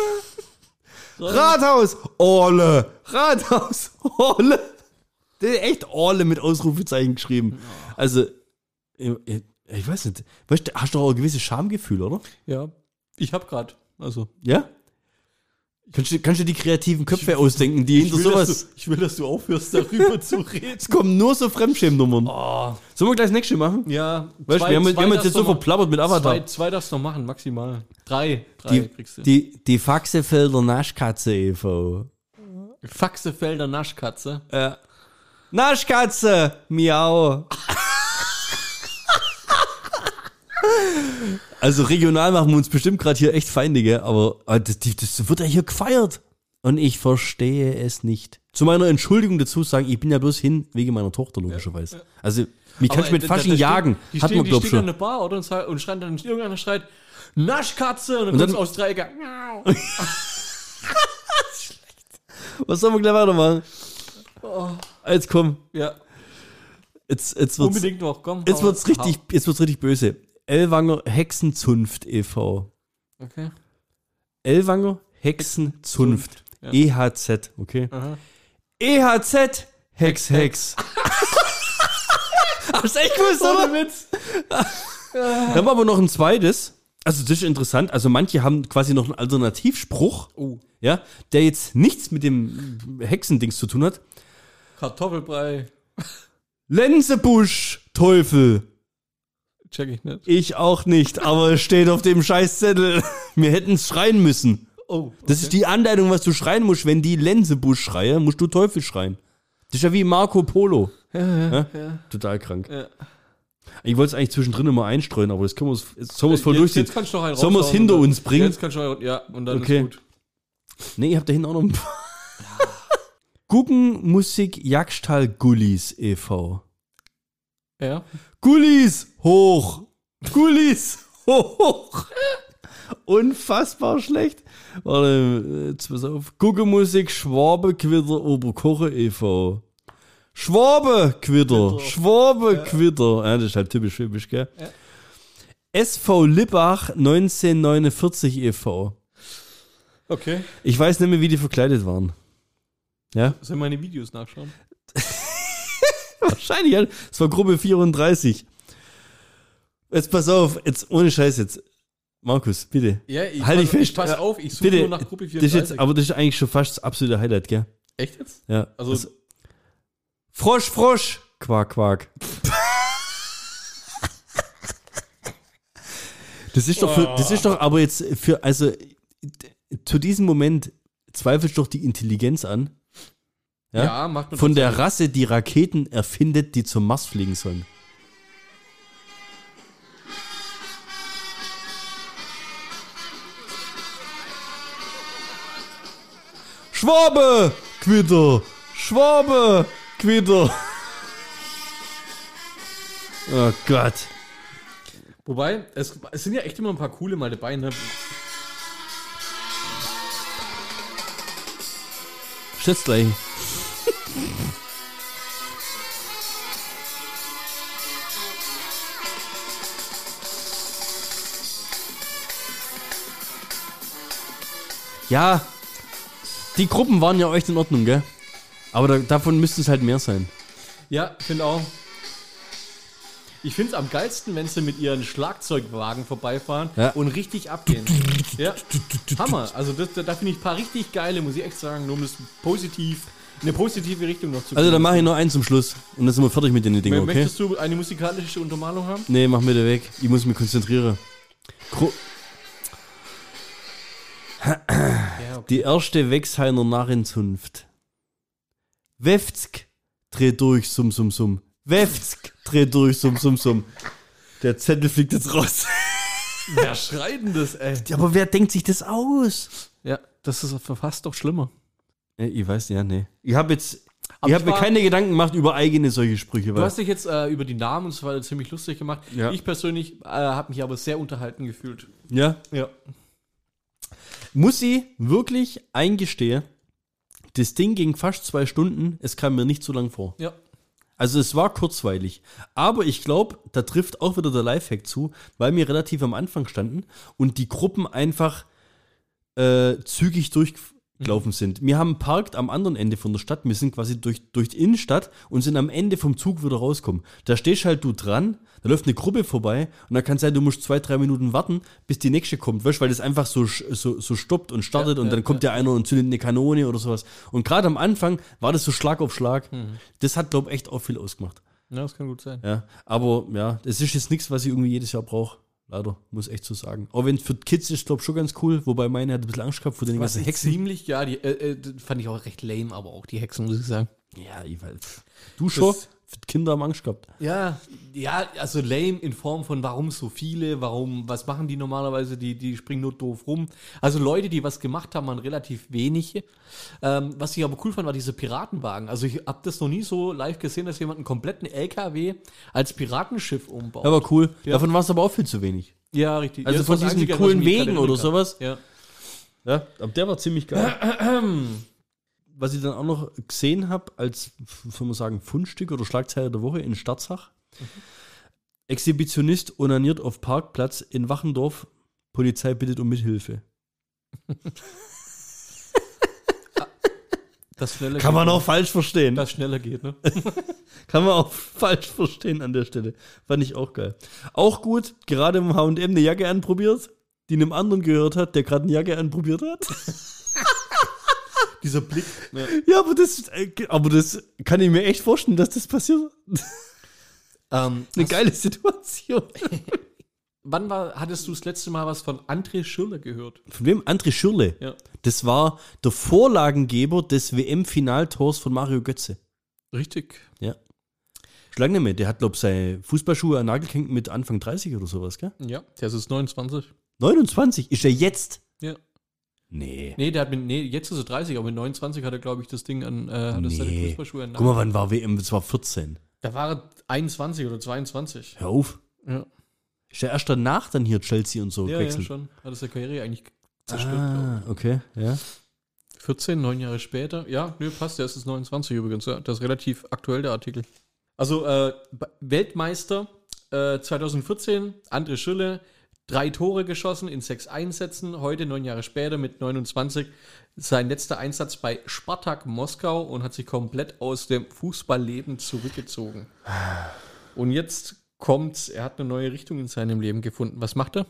Rathaus Orle. Rathaus Orle. Der ist echt Orle mit Ausrufezeichen geschrieben. Also, ich, ich weiß nicht. Weißt du, hast du auch ein gewisses Schamgefühl, oder? Ja. Ich hab grad. Also. Ja? Kannst du, kannst du die kreativen Köpfe ausdenken, die hinter will, dass sowas. du, ich will, dass du aufhörst, darüber zu reden. Es kommen nur so Fremdschämnummern. Oh. Sollen wir gleich das nächste machen? Ja. Weißt du, wir haben, wir haben uns jetzt so verplappert mit Avatar. Zwei, zwei darfst du noch machen, maximal. Drei. Drei Die, kriegst du. die, die Faxefelder Naschkatze e V Faxefelder Naschkatze. Ja. Naschkatze, miau. Also regional machen wir uns bestimmt gerade hier echt Feinde, gell? Aber äh, das, die- das wird ja hier gefeiert. Und ich verstehe es nicht. Zu meiner Entschuldigung dazu sagen, ich bin ja bloß hin wegen meiner Tochter, logischerweise. Also, mich kannst du mit äh, da- Fasching da stehen- jagen. Die Hat stehen, man, die glaub stehen schon. an der Bar oder, und, sa- und schreien dann, irgendeiner schreit, Naschkatze, und dann, Und kommst dann- du aus Dreiecke. Was sollen wir gleich weitermachen? Jetzt komm. Ja, Jetzt, jetzt wird's, unbedingt noch, komm. jetzt hau- wird's richtig, hau. jetzt wird's richtig böse. Ellwanger Hexenzunft e V Okay. Ellwanger Hexenzunft. Ja. E H Z, okay? Aha. E H Z Hex Hex. Hast du echt gewusst, oder? Witz. Dann haben wir aber noch ein zweites. Also das ist interessant. Also manche haben quasi noch einen Alternativspruch, Oh. ja, der jetzt nichts mit dem Hexendings zu tun hat. Kartoffelbrei. Lenzebusch, Teufel. Check ich nicht. Ich auch nicht, aber es steht auf dem Scheißzettel. Wir hätten es schreien müssen. Oh, okay. Das ist die Anleitung, was du schreien musst. Wenn die Lenzebusch schreie, musst du Teufel schreien. Das ist ja wie Marco Polo. Ja, ja, Ja? ja. Total krank. ja. Ich wollte es eigentlich zwischendrin immer einstreuen, aber das können wir uns, jetzt sollen wir es voll jetzt, durchziehen. jetzt kannst du noch einen Sollen wir es raushauen hinter und dann- uns bringen? Jetzt kannst du noch, ja, und dann Okay. ist gut. Nee, ich hab da hinten auch noch ein paar. Guggenmusik Jagstall Gullis e V Ja. Gullis hoch! Gullis hoch! Unfassbar schlecht. Warte, jetzt pass auf. Guggenmusik Schwabe Quitter Oberkoche e V Schwabe Quitter. Quitter. Schwabe Ja. Quitter. Ja, das ist halt typisch schwäbisch, gell? Ja. S V Lippach neunzehnhundertneunundvierzig e V Okay. Ich weiß nicht mehr, wie die verkleidet waren. Ja? Sollen wir meine Videos nachschauen? Wahrscheinlich, ja. Es war Gruppe vierunddreißig. Jetzt pass auf, jetzt ohne Scheiß jetzt. Markus, bitte. Ja, ich Halt dich pass, fest. ich pass Ja, auf, ich suche bitte. nur nach Gruppe Das ist vierunddreißig. jetzt, aber das ist eigentlich schon fast das absolute Highlight, gell? Echt jetzt? Ja. Also- das, Frosch, Frosch! Quack, Quack. Das ist doch für, das ist doch aber jetzt für, also zu diesem Moment zweifelst doch die Intelligenz an. Ja? Ja, macht man Von der trotzdem. Rasse, die Raketen erfindet, die zum Mars fliegen sollen. Schwabe! Quitter! Schwabe! Quitter! Oh Gott. Wobei, es, es sind ja echt immer ein paar coole mal dabei, ne? Schätzgleich. Ja, die Gruppen waren ja echt in Ordnung, gell? Aber da, davon müsste es halt mehr sein. Ja, finde auch. Ich finde es am geilsten, wenn sie mit ihren Schlagzeugwagen vorbeifahren Ja. und richtig abgehen. Ja, Hammer. Also das, da finde ich ein paar richtig geile, muss ich echt sagen, nur um das positiv, in eine positive Richtung noch zu Also, gehen. dann mache ich noch einen zum Schluss. Und dann sind wir fertig mit den Dingen, okay? Möchtest du eine musikalische Untermalung haben? Nee, mach mir da weg. Ich muss mich konzentrieren. Gru Ja, okay. Die erste Wechsheiner Narrenzunft. Wefzk, dreh durch, summ, summ, summ. Wefzk, dreh durch, summ, summ, summ. Der Zettel fliegt jetzt raus. Wer schreit denn das, ey? Ja, aber wer denkt sich das aus? Ja, das ist fast doch schlimmer. Ja, ich weiß, ja, nee. Ich habe jetzt, Aber ich habe ich mir war- keine Gedanken gemacht über eigene solche Sprüche. Du Weil, hast dich jetzt äh, über die Namen und so weiter ziemlich lustig gemacht. Ja. Ich persönlich äh, habe mich aber sehr unterhalten gefühlt. ja, Ja. muss ich wirklich eingestehen, das Ding ging fast zwei Stunden, es kam mir nicht so lang vor. Ja. Also es war kurzweilig. Aber ich glaube, da trifft auch wieder der Lifehack zu, weil wir relativ am Anfang standen und die Gruppen einfach äh, zügig durchgelaufen sind. Wir haben parkt am anderen Ende von der Stadt. Wir sind quasi durch, durch die Innenstadt und sind am Ende vom Zug wieder rausgekommen. Da stehst halt du dran, da läuft eine Gruppe vorbei und da kann sein, du musst zwei, drei Minuten warten, bis die nächste kommt, weißt, weil das einfach so, so, so stoppt und startet Ja, und ja, dann kommt ja einer und zündet eine Kanone oder sowas. Und gerade am Anfang war das so Schlag auf Schlag. Mhm. Das hat, glaube ich, echt auch viel ausgemacht. Ja, das kann gut sein. Ja, aber ja, das ist jetzt nichts, was ich irgendwie jedes Jahr brauche. Leider, muss echt so sagen. Auch wenn für Kids ist, glaube ich, schon ganz cool, wobei meine hat ein bisschen Angst gehabt vor den Was ganzen ich Hexen. ziemlich, ja, die äh, äh, fand ich auch recht lame, aber auch die Hexen, muss ich sagen. Ja, ich weiß. Du schon? Für die Kinder haben Angst gehabt. Ja, ja, also lame in Form von warum so viele, warum, was machen die normalerweise, die, die springen nur doof rum. Also Leute, die was gemacht haben, waren relativ wenige. Ähm, was ich aber cool fand, war diese Piratenwagen. Also ich habe das noch nie so live gesehen, dass jemand einen kompletten L K W als Piratenschiff umbaut. Ja, war cool. Ja. Davon war es aber auch viel zu wenig. Ja, richtig. Also Ja, das von war das diesen Einzige, coolen was mich Wegen gerade oder erinnern kann. sowas. Ja. Ja, aber der war ziemlich geil. Was ich dann auch noch gesehen habe, als, soll man sagen, Fundstück oder Schlagzeile der Woche in Starzach. Mhm. Exhibitionist onaniert auf Parkplatz in Wachendorf. Polizei bittet um Mithilfe. Das schneller Kann geht, man auch falsch verstehen. Das schneller geht, ne? Kann man auch falsch verstehen an der Stelle. Fand ich auch geil. Auch gut, gerade im H und M eine Jacke anprobiert, die einem anderen gehört hat, der gerade eine Jacke anprobiert hat. Dieser Blick. Ja. Ja, aber das, äh, aber das kann ich mir echt vorstellen, dass das passiert. Ähm, Eine hast- geile Situation. Wann war, hattest du das letzte Mal was von André Schürrle gehört? Von wem? André Schürrle. Ja. Das war der Vorlagengeber des W M-Finaltors von Mario Götze. Richtig. Ja. Schon lange nicht mehr. Der hat, glaube ich, seine Fußballschuhe an den Nagel gehängt mit Anfang dreißig oder sowas, gell? Ja, der ist jetzt neunundzwanzig. neunundzwanzig? Ist er jetzt? Ja. Nee. Nee, der hat mit, nee, jetzt ist er dreißig, aber mit neunundzwanzig hat er, glaube ich, das Ding an, äh, hat er seine Nee. Fußballschuhe an. Guck mal, wann war W M? Das war vierzehn. Da war er einundzwanzig oder zweiundzwanzig. Hör auf. Ja, Ist er erst danach dann hier Chelsea und so ja, ja gewechselt? schon. Hat er seine Karriere eigentlich zerstört, glaube Ah, okay, ja. ich. vierzehn, neun Jahre später. Ja, nö, passt, der ist jetzt neunundzwanzig übrigens. Ja, das ist relativ aktuell, der Artikel. Also, äh, Weltmeister äh, zweitausendvierzehn, André Schürrle, drei Tore geschossen in sechs Einsätzen. Heute, neun Jahre später, mit neunundzwanzig, sein letzter Einsatz bei Spartak Moskau und hat sich komplett aus dem Fußballleben zurückgezogen. Und jetzt kommt, er hat eine neue Richtung in seinem Leben gefunden. Was macht er?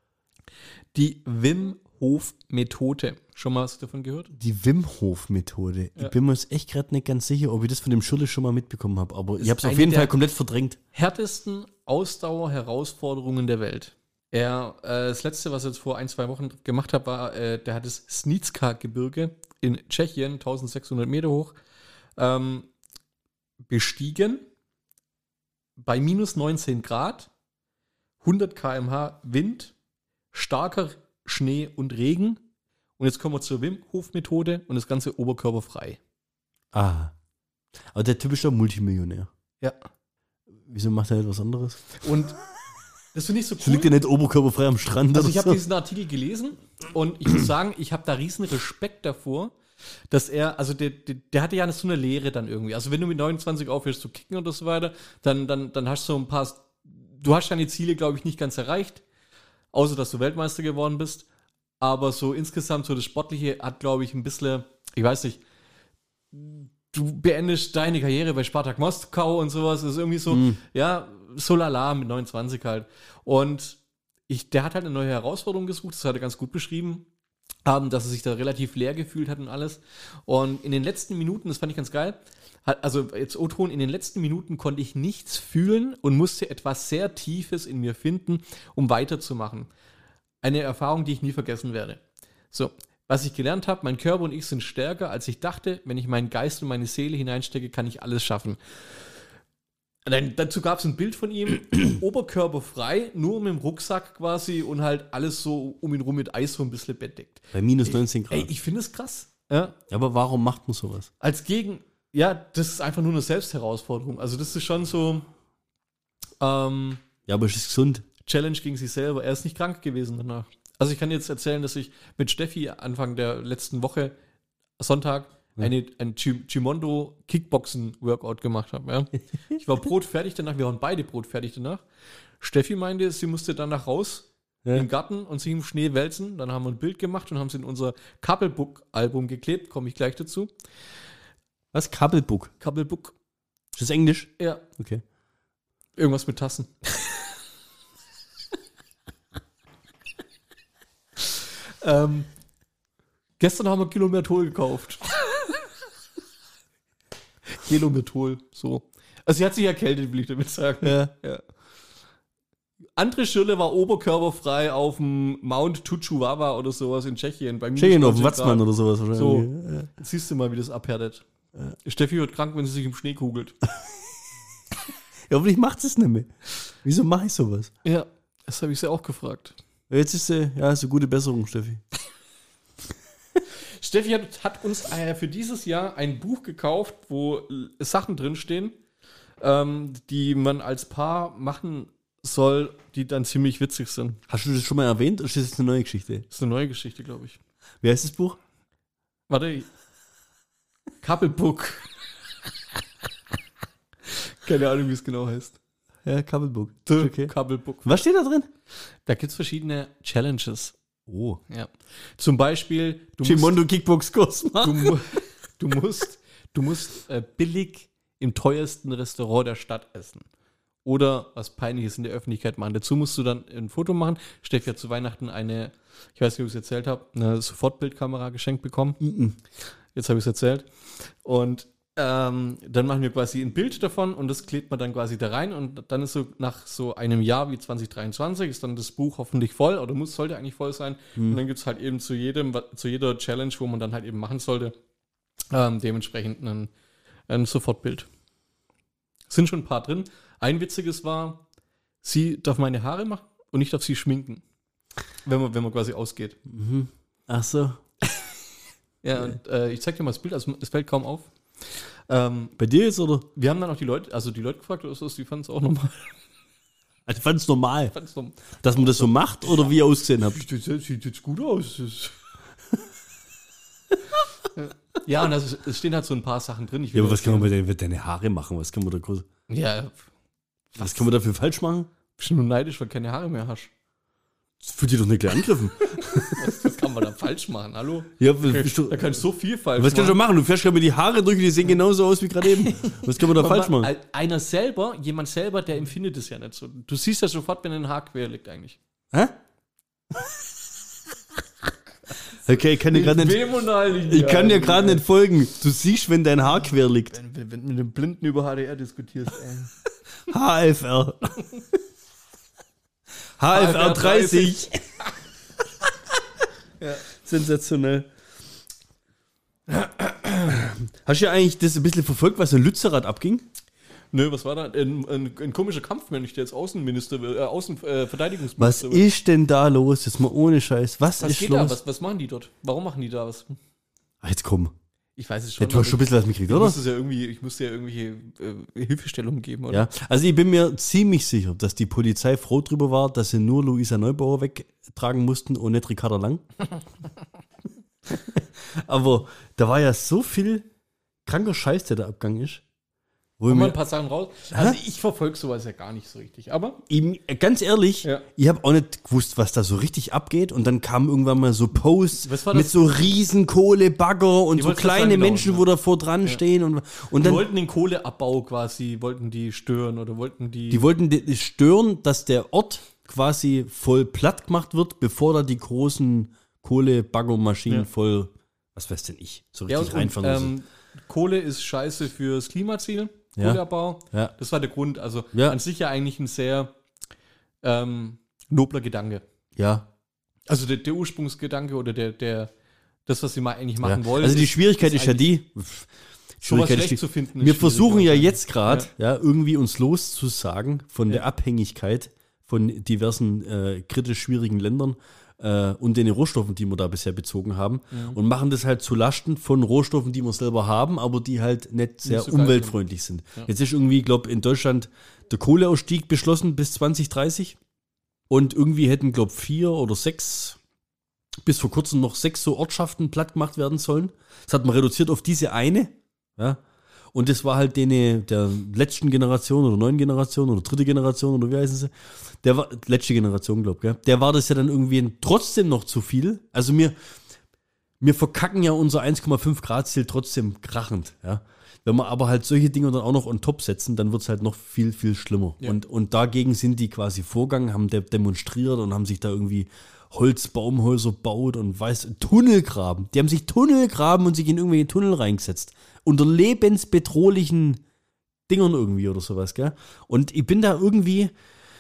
Die Wim Hof Methode. Schon mal was davon gehört? Die Wim Hof Methode. Ja. Ich bin mir jetzt echt gerade nicht ganz sicher, ob ich das von dem Schürrle schon mal mitbekommen habe, aber Ist ich habe es auf eine jeden der- Fall komplett verdrängt. Härtesten Ausdauer-Herausforderungen der Welt. Er, äh, das letzte, was er jetzt vor ein, zwei Wochen gemacht hat, war, äh, der hat das Snitska-Gebirge in Tschechien, eintausendsechshundert Meter hoch, ähm, bestiegen, bei minus neunzehn Grad, hundert Kilometer pro Stunde Wind, starker Schnee und Regen. Und jetzt kommen wir zur Wim Hof Methode und das Ganze oberkörperfrei. Ah. Aber der Typ ist doch Multimillionär. Ja. Wieso macht er etwas anderes? Und das finde ich so Das liegt ja cool. nicht oberkörperfrei am Strand Also oder ich habe so. diesen Artikel gelesen und ich muss sagen, ich habe da riesen Respekt davor, dass er, also der, der, der hatte ja so eine Lehre dann irgendwie. Also wenn du mit neunundzwanzig aufhörst zu kicken und so weiter, dann, dann, dann hast du so ein paar, du hast deine Ziele, glaube ich, nicht ganz erreicht, außer dass du Weltmeister geworden bist. Aber so insgesamt, so das Sportliche hat, glaube ich, ein bisschen, ich weiß nicht, du beendest deine Karriere bei Spartak Moskau und sowas, das ist irgendwie so, Mhm. ja, so lala mit neunundzwanzig halt. Und ich, der hat halt eine neue Herausforderung gesucht, das hat er ganz gut beschrieben, ähm, dass er sich da relativ leer gefühlt hat und alles. Und in den letzten Minuten, das fand ich ganz geil, hat, also jetzt O-Ton, in den letzten Minuten konnte ich nichts fühlen und musste etwas sehr Tiefes in mir finden, um weiterzumachen. Eine Erfahrung, die ich nie vergessen werde. So, was ich gelernt habe, mein Körper und ich sind stärker, als ich dachte. Wenn ich meinen Geist und meine Seele hineinstecke, kann ich alles schaffen. Dann, dazu gab es ein Bild von ihm, oberkörperfrei, nur mit dem Rucksack quasi und halt alles so um ihn rum mit Eis so ein bisschen bedeckt. Bei minus neunzehn Grad. Ey, ich finde es krass. Ja, Aber warum macht man sowas? als Gegen, ja, das ist einfach nur eine Selbstherausforderung. Also das ist schon so ähm, Ja, aber es ist gesund. Challenge gegen sich selber. Er ist nicht krank gewesen danach. Also ich kann jetzt erzählen, dass ich mit Steffi Anfang der letzten Woche, Sonntag, eine, ein Chi- Chimondo Kickboxen Workout gemacht habe. Ja. Ich war brotfertig danach, wir waren beide brotfertig danach. Steffi meinte, sie musste danach raus Ja. im Garten und sich im Schnee wälzen. Dann haben wir ein Bild gemacht und haben es in unser Couplebook-Album geklebt. Komme ich gleich dazu. Was? Kabelbook. Couplebook, Ist das Englisch? ja, Okay. irgendwas mit Tassen. ähm, gestern haben wir Kilometrol gekauft. Kilometrol, so. Also sie hat sich erkältet, will ich damit sagen. Ja. Ja. André Schürrle war oberkörperfrei auf dem Mount Tuchuwawa oder sowas in Tschechien. Bei minus Tschechien auf dem neunzehn Watzmann Grad. oder sowas wahrscheinlich. So. Ja. Jetzt siehst du mal, wie das abhärtet. Steffi wird krank, wenn sie sich im Schnee kugelt. Ja, hoffentlich macht es nicht mehr. Wieso mache ich sowas? Ja, das habe ich sie auch gefragt. Jetzt ist äh, ja, ist eine gute Besserung, Steffi. Steffi hat, hat uns äh, für dieses Jahr ein Buch gekauft, wo äh, Sachen drinstehen, ähm, die man als Paar machen soll, die dann ziemlich witzig sind. Hast du das schon mal erwähnt oder ist das jetzt eine neue Geschichte? Das ist eine neue Geschichte, glaube ich. Wie heißt das Buch? Warte. Couplebook. Keine Ahnung, wie es genau heißt. Ja, Kabelbook. The Okay. Couplebook. Was steht da drin? Da gibt es verschiedene Challenges. Oh. Ja. Zum Beispiel, du musst, Chimondo Kickbox-Kurs du, machen. mu- du musst, du musst äh, billig im teuersten Restaurant der Stadt essen. Oder was Peinliches in der Öffentlichkeit machen. Dazu musst du dann ein Foto machen. Steffi hat zu Weihnachten eine, ich weiß nicht, ob ich es erzählt habe, eine Sofortbildkamera geschenkt bekommen. Mhm. Jetzt habe ich es erzählt. Und Ähm, dann machen wir quasi ein Bild davon und das klebt man dann quasi da rein und dann ist so nach so einem Jahr wie zwanzig dreiundzwanzig ist dann das Buch hoffentlich voll oder muss, sollte eigentlich voll sein. Hm. Und dann gibt es halt eben zu jedem, zu jeder Challenge, wo man dann halt eben machen sollte, ähm, dementsprechend ein, ein Sofortbild. Sind schon ein paar drin. Ein witziges war, sie darf meine Haare machen und ich darf sie schminken. Wenn man, wenn man quasi ausgeht. Mhm. Ach so. Ja, und äh, ich zeig dir mal das Bild, also es fällt kaum auf. Ähm, Bei dir jetzt, oder? wir haben dann auch die Leute, also die Leute gefragt, was ist, die fanden es auch normal. Ich fand es normal, Fand's normal. dass man das so macht oder wie ihr ausgesehen habt. Das sieht jetzt gut aus. Ja, und also, es stehen halt so ein paar Sachen drin. Ich will Ja, aber was jetzt- kann man mit deinen, mit deinen Haare machen? Was kann man da groß, Ja, was kann man dafür falsch machen? bist du nur neidisch, weil du keine Haare mehr hast. Das fühlt dich doch nicht gleich angegriffen. Was, was kann man da falsch machen? Hallo? Ja, was, bist du, Da kannst du so viel falsch was kannst du machen. machen? Du fährst gerade mit die Haare durch, die sehen genauso aus wie gerade eben. Was kann man da Aber falsch machen? man- Einer selber, jemand selber, der empfindet es ja nicht so. Du siehst ja sofort, wenn ein Haar quer liegt eigentlich. Hä? Okay, ich kann dir gerade nicht, Wem und allen ich kann dir gerade nicht folgen. Du siehst, wenn dein Haar quer liegt. Wenn, wenn, wenn du mit einem Blinden über H D R diskutierst, ey. H F R. H F R dreißig. Ja. Sensationell. Hast du ja eigentlich das ein bisschen verfolgt, was in Lützerath abging? Nö, was war da? Ein, ein, ein komischer Kampfmensch, der jetzt Außenminister, äh, Außen, äh, Was Verteidigungsminister ist denn da los? Jetzt mal ohne Scheiß. Was, Was ist geht los? da? Was, was machen die dort? Warum machen die da was? Ach, jetzt komm. Ich weiß es Ja, schon. du hast aber schon ein bisschen was mitgekriegt, ich, oder? muss es ja irgendwie, ich musste ja irgendwelche äh, Hilfestellungen geben, oder? Ja, also ich bin mir ziemlich sicher, dass die Polizei froh drüber war, dass sie nur Luisa Neubauer wegtragen mussten und nicht Ricarda Lang. Aber da war ja so viel kranker Scheiß, der da abgegangen ist. Wo ich Haben wir ein mir, paar Sachen raus. Also ich verfolge sowas ja gar nicht so richtig. Aber ich, ganz ehrlich, Ja. ich habe auch nicht gewusst, was da so richtig abgeht. Und dann kamen irgendwann mal so Posts Was war mit das? so riesen Kohlebagger und Ich so wollte gerade kleine sagen, genau, Menschen, ja. wo davor dran stehen. Und, und die dann wollten den Kohleabbau quasi, wollten die stören oder wollten die... Die wollten die- stören, dass der Ort quasi voll platt gemacht wird, bevor da die großen Kohlebaggermaschinen Ja. voll, was weiß denn ich, so ja, richtig und, und, reinfahren müssen. ähm, Kohle ist scheiße fürs Klimaziel, Ja. Kohleabbau. Ja. Das war der Grund. Also Ja. an sich ja eigentlich ein sehr ähm, nobler Gedanke. Ja. Also der, der Ursprungsgedanke oder der, der, das, was sie mal eigentlich machen ja. wollen. Also die Schwierigkeit ist, ja eigentlich die, pff, sowas Schwierigkeit ist schlecht die zu finden. ist wir schwierig, versuchen ja aber- jetzt gerade ja. irgendwie uns loszusagen von der Ja. Abhängigkeit von diversen äh, kritisch schwierigen Ländern äh, und den Rohstoffen, die wir da bisher bezogen haben und machen das halt zu Lasten von Rohstoffen, die wir selber haben, aber die halt nicht sehr so geil umweltfreundlich sind. Ja. Jetzt ist irgendwie, glaube in Deutschland der Kohleausstieg beschlossen bis zwanzig dreißig und irgendwie hätten, glaube vier oder sechs, bis vor kurzem noch sechs so Ortschaften platt gemacht werden sollen. Das hat man reduziert auf diese eine, ja. Und das war halt dene der letzten Generation oder neuen Generation oder dritte Generation oder wie heißen sie? Der war, letzte Generation, glaube ich, der war das ja dann irgendwie trotzdem noch zu viel. Also wir, wir verkacken ja unser eins Komma fünf Grad Ziel trotzdem krachend, ja. Wenn wir aber halt solche Dinge dann auch noch on top setzen, dann wird es halt noch viel, viel schlimmer. Ja. Und, und dagegen sind die quasi vorgegangen, haben de demonstriert und haben sich da irgendwie Holzbaumhäuser baut und weiß, Tunnel graben. Die haben sich Tunnel graben und sich in irgendwelche Tunnel reingesetzt. Unter lebensbedrohlichen Dingern irgendwie oder sowas, gell? Und ich bin da irgendwie,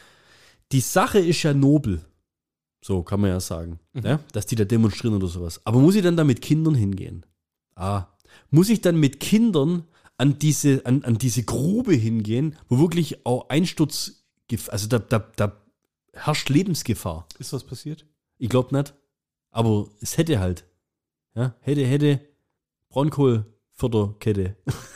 die Sache ist ja nobel. So kann man ja sagen, Mhm. ja? Dass die da demonstrieren oder sowas. Aber muss ich dann da mit Kindern hingehen? Ah. Muss ich dann mit Kindern an diese, an, an diese Grube hingehen, wo wirklich auch Einsturz, also da, da, da herrscht Lebensgefahr. Ist was passiert? Ich glaube nicht. Aber es hätte halt. Ja, hätte, hätte Braunkohlförderkette.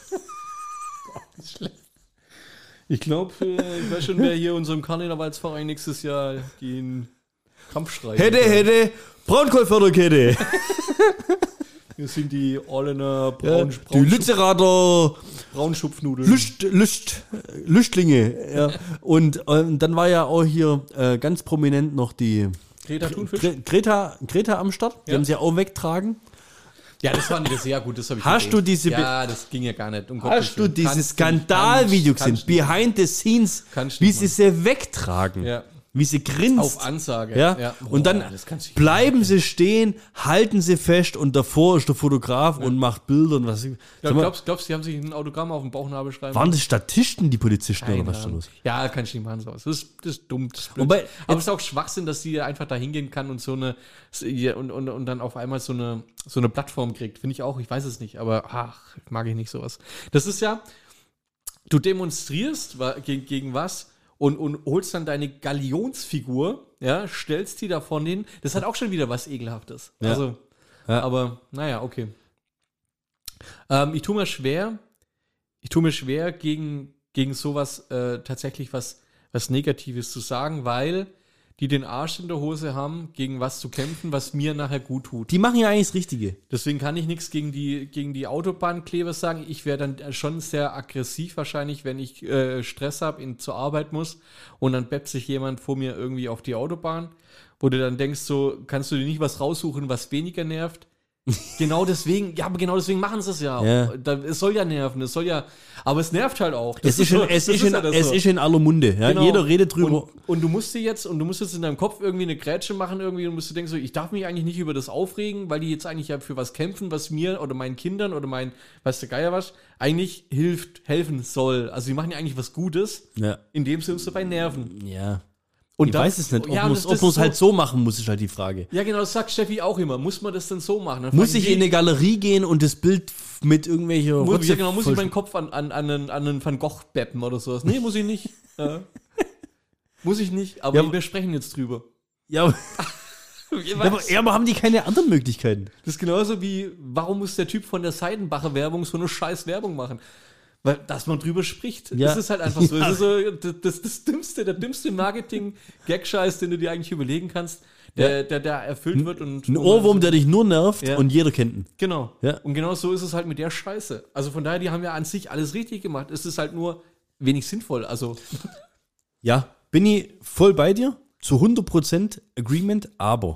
Ich glaube, äh, ich weiß schon, wer hier unserem Karnevalsverein nächstes Jahr den Kampfschrei. Hätte, hätte Braunkohlförderkette. Wir sind die Orlener Ja, Braun, die Braunschupf, Lützerater Braunschupfnudeln. Lüst, Lüst, Lüstlinge. Ja. Und ähm, dann war ja auch hier äh, ganz prominent noch die Greta Thunfisch. Gre Greta, Greta am Start. Die Ja. haben sie ja auch wegtragen. Ja, das fand ich sehr gut. Das hab ich Hast gesehen. du diese Be- Ja, das ging ja gar nicht. Um Gottes Hast du Willen. dieses Kannst du nicht, Skandalvideo kannst- gesehen? kannst du nicht. Behind the scenes, Kannst du wie nicht sie sie wegtragen. Ja. wie sie grinst. Auf Ansage. Ja, ja. und dann Boah, das kannst du- bleiben sie stehen, halten sie fest und davor ist der Fotograf und macht Bilder und was. Ja, Sag mal, glaubst du, die haben sich ein Autogramm auf den Bauchnabel schreiben waren das Statisten, die Polizisten Keine oder was da Ahnung. los? Ja, kann ich nicht machen sowas. Das ist, das ist dumm. Das ist blöd. Wobei, aber es ist auch Schwachsinn, dass sie einfach da hingehen kann und so eine und, und, und dann auf einmal so eine so eine Plattform kriegt. Finde ich auch, ich weiß es nicht, aber ach, mag ich nicht sowas. Das ist ja, du demonstrierst wa- gegen, gegen was und, und holst dann deine Galionsfigur, ja, stellst die da vorne hin. Das hat auch schon wieder was Ekelhaftes. Ja. Also, Ja. aber naja, okay. Ähm, ich tue mir schwer, ich tue mir schwer, gegen, gegen sowas äh, tatsächlich was, was Negatives zu sagen, weil die den Arsch in der Hose haben, gegen was zu kämpfen, was mir nachher gut tut. Die machen ja eigentlich das Richtige. Deswegen kann ich nichts gegen die, gegen die Autobahnkleber sagen. Ich wäre dann schon sehr aggressiv wahrscheinlich, wenn ich äh, Stress habe, in zur Arbeit muss und dann beppt sich jemand vor mir irgendwie auf die Autobahn, wo du dann denkst, so, kannst du dir nicht was raussuchen, was weniger nervt? Genau deswegen, ja, aber genau deswegen machen sie es ja. Ja. Da, es soll ja nerven, es soll ja, aber es nervt halt auch. Es ist, in, so- es, das ist in, ja das es so. ist in aller Munde. Ja? Genau. Jeder redet drüber. Und, und du musst dir jetzt, und du musst jetzt in deinem Kopf irgendwie eine Grätsche machen irgendwie und musst du denken so, ich darf mich eigentlich nicht über das aufregen, weil die jetzt eigentlich ja für was kämpfen, was mir oder meinen Kindern oder mein, weiß der Geier was, eigentlich hilft, helfen soll. Also die machen ja eigentlich was Gutes, Ja. indem sie uns dabei nerven. ja. Und Ich da- weiß es nicht. Ob ja, man und es das- das halt so- so machen muss, ist halt die Frage. Ja, genau, das sagt Steffi auch immer. Muss man das denn so machen? Dann Muss frage ich in eine mich, Galerie gehen und das Bild f- mit irgendwelcher muss, Rotze ja, genau, muss ich voll- meinen Kopf an, an, an, einen, an einen Van Gogh beppen oder sowas? Nee, muss ich nicht. Ja. Muss ich nicht, aber Ja, aber- wir sprechen jetzt drüber. Ja, aber, ja, aber, ja, aber haben die keine anderen Möglichkeiten? Das ist genauso wie, warum muss der Typ von der Seidenbacher Werbung so eine scheiß Werbung machen? Weil, dass man drüber spricht. Ja. Das ist halt einfach so. Ja. Das ist so das, das, das dümmste, der dümmste Marketing-Gag-Scheiß, den du dir eigentlich überlegen kannst, der, Ja. der, der erfüllt wird. Und Ein Ohrwurm, der dich nur nervt Ja. und jeder kennt ihn. Genau. Ja. Und genau so ist es halt mit der Scheiße. Also von daher, die haben ja an sich alles richtig gemacht. Es ist halt nur wenig sinnvoll. Also, Ja, bin ich voll bei dir, zu hundert Prozent Agreement, aber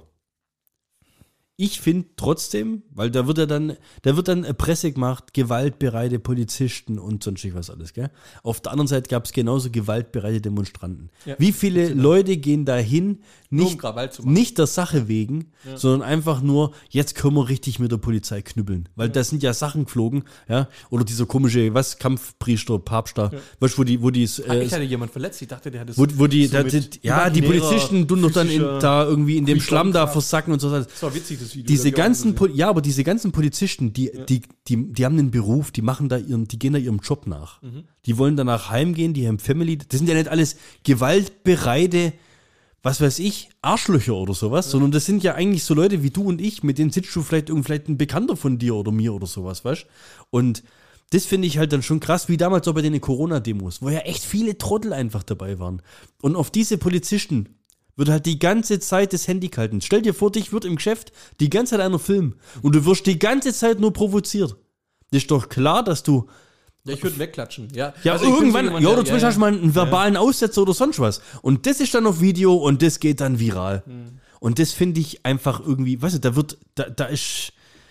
ich finde trotzdem, weil da wird ja dann, da wird dann eine Presse gemacht, gewaltbereite Polizisten und sonstig was alles, gell? Auf der anderen Seite gab es genauso gewaltbereite Demonstranten. Ja. Wie viele Leute gehen da hin, Nur um nicht, Krawall zu machen. nicht der Sache wegen, sondern einfach nur, jetzt können wir richtig mit der Polizei knüppeln. Weil da sind ja Sachen geflogen, ja? Oder dieser komische, was, Kampfpriester, Papst da, weißt du, wo die, wo die, Hat äh, mich hatte jemand verletzt. Ich dachte, der hat es wo, wo die, so da, mit sind- ja, die imaginärer, Polizisten tun doch dann in, physischer da irgendwie in dem Schlamm da Kraft. versacken und so. Das war witzig, das Video. Diese hab ich auch ganzen, gesehen. Pol- ja, aber diese ganzen Polizisten, die, die, die, die haben einen Beruf, die machen da ihren, die gehen da ihrem Job nach. Mhm. Die wollen danach heimgehen, die haben Family. Das sind ja nicht alles gewaltbereite, was weiß ich, Arschlöcher oder sowas, sondern das sind ja eigentlich so Leute wie du und ich, mit denen sitzt du vielleicht irgend vielleicht ein Bekannter von dir oder mir oder sowas, weißt du? Und das finde ich halt dann schon krass, wie damals auch bei den Corona-Demos, wo ja echt viele Trottel einfach dabei waren. Und auf diese Polizisten wird halt die ganze Zeit das Handy gehalten. Stell dir vor, dich wird im Geschäft die ganze Zeit einer filmen und du wirst die ganze Zeit nur provoziert. Das ist doch klar, dass du Ja, ich würde wegklatschen. Ja, ja, Also ich bin so irgendwann, jemand, ja, der- oder zumindest hast du mal einen verbalen Aussetzer oder sonst was. Und das ist dann auf Video und das geht dann viral. Und das finde ich einfach irgendwie, weißt du, da wird, da, da ist,